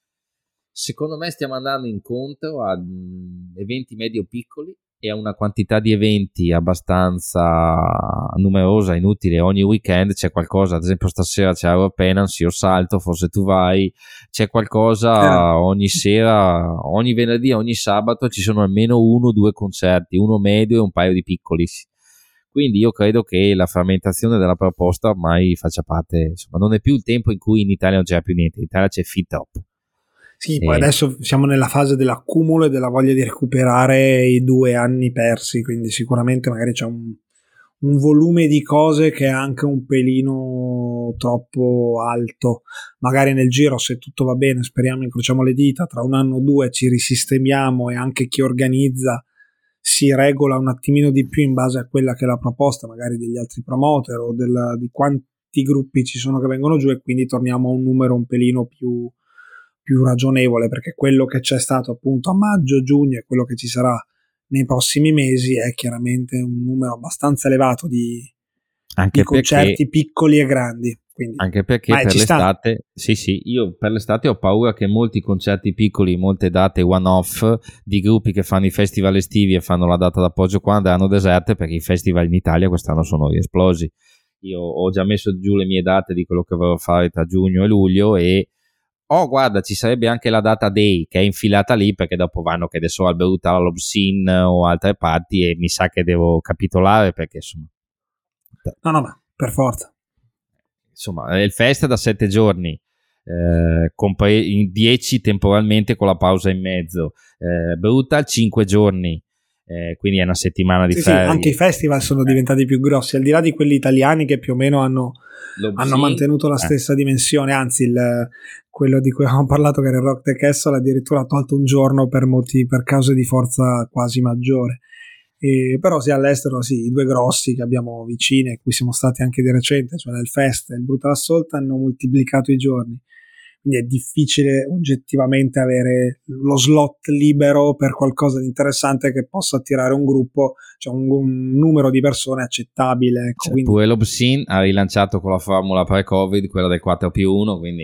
Secondo me stiamo andando incontro a mh, eventi medio piccoli e a una quantità di eventi abbastanza numerosa, inutile. Ogni weekend c'è qualcosa, ad esempio stasera c'è Our Penance, io salto, forse tu vai, c'è qualcosa ogni sera, ogni venerdì, ogni sabato ci sono almeno uno o due concerti, uno medio e un paio di piccoli. Quindi io credo che la frammentazione della proposta ormai faccia parte, insomma, non è più il tempo in cui in Italia non c'era più niente, in Italia c'è fin troppo. Sì, poi adesso siamo nella fase dell'accumulo e della voglia di recuperare i due anni persi, quindi sicuramente magari c'è un, un volume di cose che è anche un pelino troppo alto. Magari nel giro, se tutto va bene, speriamo, incrociamo le dita, tra un anno o due ci risistemiamo e anche chi organizza si regola un attimino di più in base a quella che è la proposta magari degli altri promoter o del, di quanti gruppi ci sono che vengono giù, e quindi torniamo a un numero un pelino più più ragionevole, perché quello che c'è stato appunto a maggio, giugno e quello che ci sarà nei prossimi mesi è chiaramente un numero abbastanza elevato di, anche di concerti perché, piccoli e grandi. Quindi, anche perché per l'estate, sì sì, io per l'estate ho paura che molti concerti piccoli, molte date one off di gruppi che fanno i festival estivi e fanno la data d'appoggio qua andranno deserte, perché i festival in Italia quest'anno sono riesplosi. Io ho già messo giù le mie date di quello che vorrò fare tra giugno e luglio e oh guarda, ci sarebbe anche la data day che è infilata lì, perché dopo vanno che adesso al Brutal all'Obscene o altre parti e mi sa che devo capitolare, perché insomma no no ma per forza insomma il fest è da sette giorni, eh, compre- in dieci temporalmente con la pausa in mezzo, eh, Brutal cinque giorni, eh, quindi è una settimana di sì, ferie. Sì, anche i festival sono diventati più grossi, al di là di quelli italiani che più o meno hanno, hanno mantenuto la stessa eh. dimensione, anzi il, quello di cui avevamo parlato che era il Rock the Castle addirittura ha tolto un giorno per, motivi, per cause di forza quasi maggiore. E, però sì, all'estero sì, i due grossi che abbiamo vicini, cui siamo stati anche di recente, cioè il Fest e il Brutal Assault, hanno moltiplicato i giorni. Quindi è difficile oggettivamente avere lo slot libero per qualcosa di interessante che possa attirare un gruppo, cioè un, un numero di persone accettabile. Ecco, cioè, quindi... pure l'Obscene ha rilanciato con la formula pre-Covid, quella del quattro più uno, quindi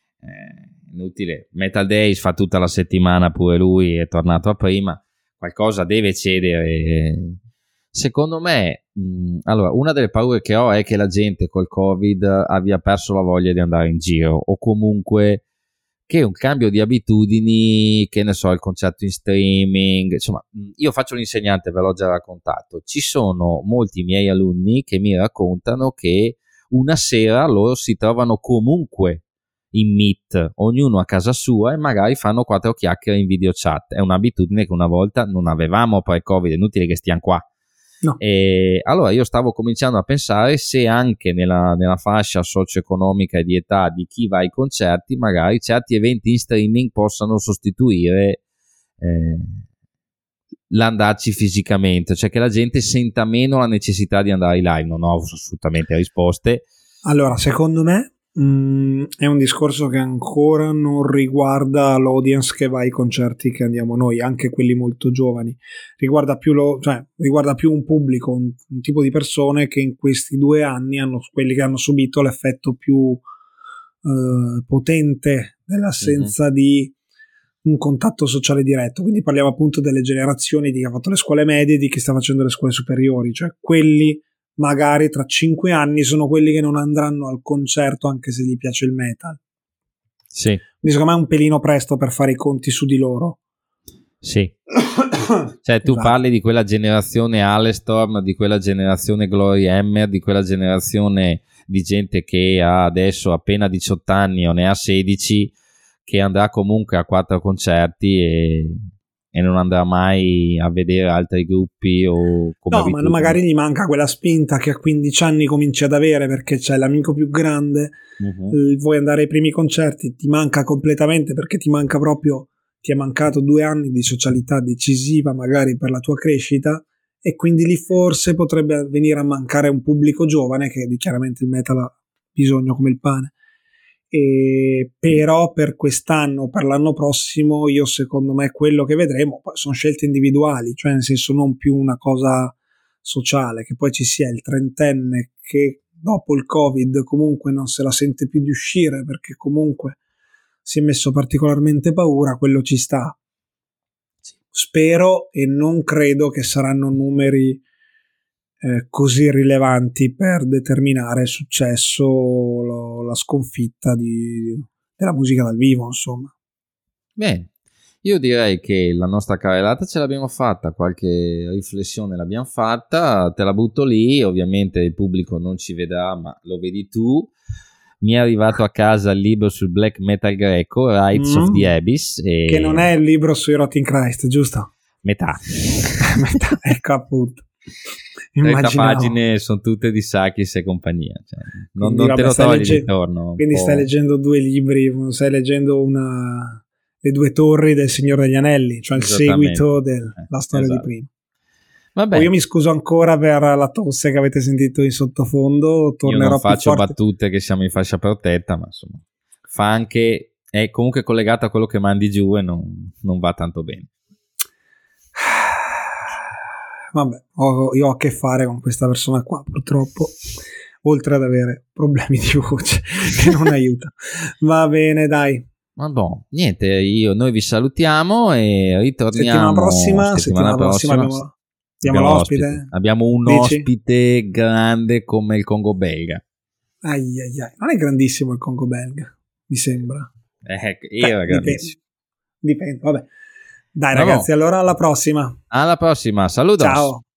eh, inutile. Metal Days fa tutta la settimana, pure lui è tornato a prima, qualcosa deve cedere. Secondo me, mh, allora, una delle paure che ho è che la gente col Covid abbia perso la voglia di andare in giro, o comunque che un cambio di abitudini, che ne so, il concerto in streaming, insomma, io faccio l'insegnante, ve l'ho già raccontato, ci sono molti miei alunni che mi raccontano che una sera loro si trovano comunque in meet, ognuno a casa sua, e magari fanno quattro chiacchiere in video chat. È un'abitudine che una volta non avevamo pre-Covid, è inutile che stiamo qua. No. E allora io stavo cominciando a pensare se anche nella, nella fascia socio-economica e di età di chi va ai concerti, magari certi eventi in streaming possano sostituire eh, l'andarci fisicamente, cioè che la gente senta meno la necessità di andare live. Non ho assolutamente risposte. Allora, secondo me Mm, è un discorso che ancora non riguarda l'audience che va ai concerti che andiamo noi, anche quelli molto giovani. Riguarda più, lo, cioè, riguarda più un pubblico, un, un tipo di persone che in questi due anni hanno, quelli che hanno subito l'effetto più eh, potente dell'assenza mm-hmm. di un contatto sociale diretto. Quindi parliamo appunto delle generazioni di chi ha fatto le scuole medie e di chi sta facendo le scuole superiori, cioè quelli magari tra cinque anni sono quelli che non andranno al concerto anche se gli piace il metal. Sì. Quindi secondo me è un pelino presto per fare i conti su di loro. Sì. Cioè tu esatto. parli di quella generazione Alestorm, di quella generazione Glory Hammer, di quella generazione di gente che ha adesso appena diciotto anni o ne ha sedici, che andrà comunque a quattro concerti e... e non andrà mai a vedere altri gruppi o come no, ma tu. Magari gli manca quella spinta che a quindici anni cominci ad avere perché c'è l'amico più grande, uh-huh. vuoi andare ai primi concerti, ti manca completamente perché ti manca proprio, ti è mancato due anni di socialità decisiva magari per la tua crescita e quindi lì forse potrebbe venire a mancare un pubblico giovane che chiaramente il metal ha bisogno come il pane. E però per quest'anno, per l'anno prossimo, io secondo me quello che vedremo sono scelte individuali, cioè nel senso non più una cosa sociale, che poi ci sia il trentenne che dopo il Covid comunque non se la sente più di uscire perché comunque si è messo particolarmente paura, quello ci sta. Spero e non credo che saranno numeri Eh, così rilevanti per determinare il successo, lo, la sconfitta di, della musica dal vivo, insomma. Bene, io direi che la nostra carrellata ce l'abbiamo fatta, qualche riflessione l'abbiamo fatta, te la butto lì, ovviamente il pubblico non ci vedrà, ma lo vedi tu. Mi è arrivato a casa il libro sul black metal greco, Rites mm, of the Abyss. E... che non è il libro sui Rotting Christ, giusto? Metà. Metà, ecco appunto. trenta pagine sono tutte di Sakis e compagnia, cioè, non, non vabbè, te lo togli legge- di torno. Quindi stai leggendo due libri, stai leggendo una le due torri del Signore degli Anelli, cioè il seguito della eh, storia esatto. di prima. Vabbè. Poi io mi scuso ancora per la tosse che avete sentito in sottofondo, tornerò io non più faccio forte. battute che siamo in fascia protetta, ma insomma fa anche, è comunque collegato a quello che mandi giù e non, non va tanto bene. Vabbè, ho, io ho a che fare con questa persona qua, purtroppo, oltre ad avere problemi di voce che non aiuta. Va bene, dai. Ma boh, niente, io, noi vi salutiamo e ritorniamo settimana prossima. Settimana, settimana prossima, prossima abbiamo, abbiamo, abbiamo l'ospite. Ospite. Abbiamo un Dici? ospite grande come il Congo belga. Ai ai ai, non è grandissimo il Congo belga, mi sembra. Eh, io Beh, grandissimo. Dipende, dipende, vabbè. Dai, ragazzi, allora alla prossima. Alla prossima, saludos. Ciao.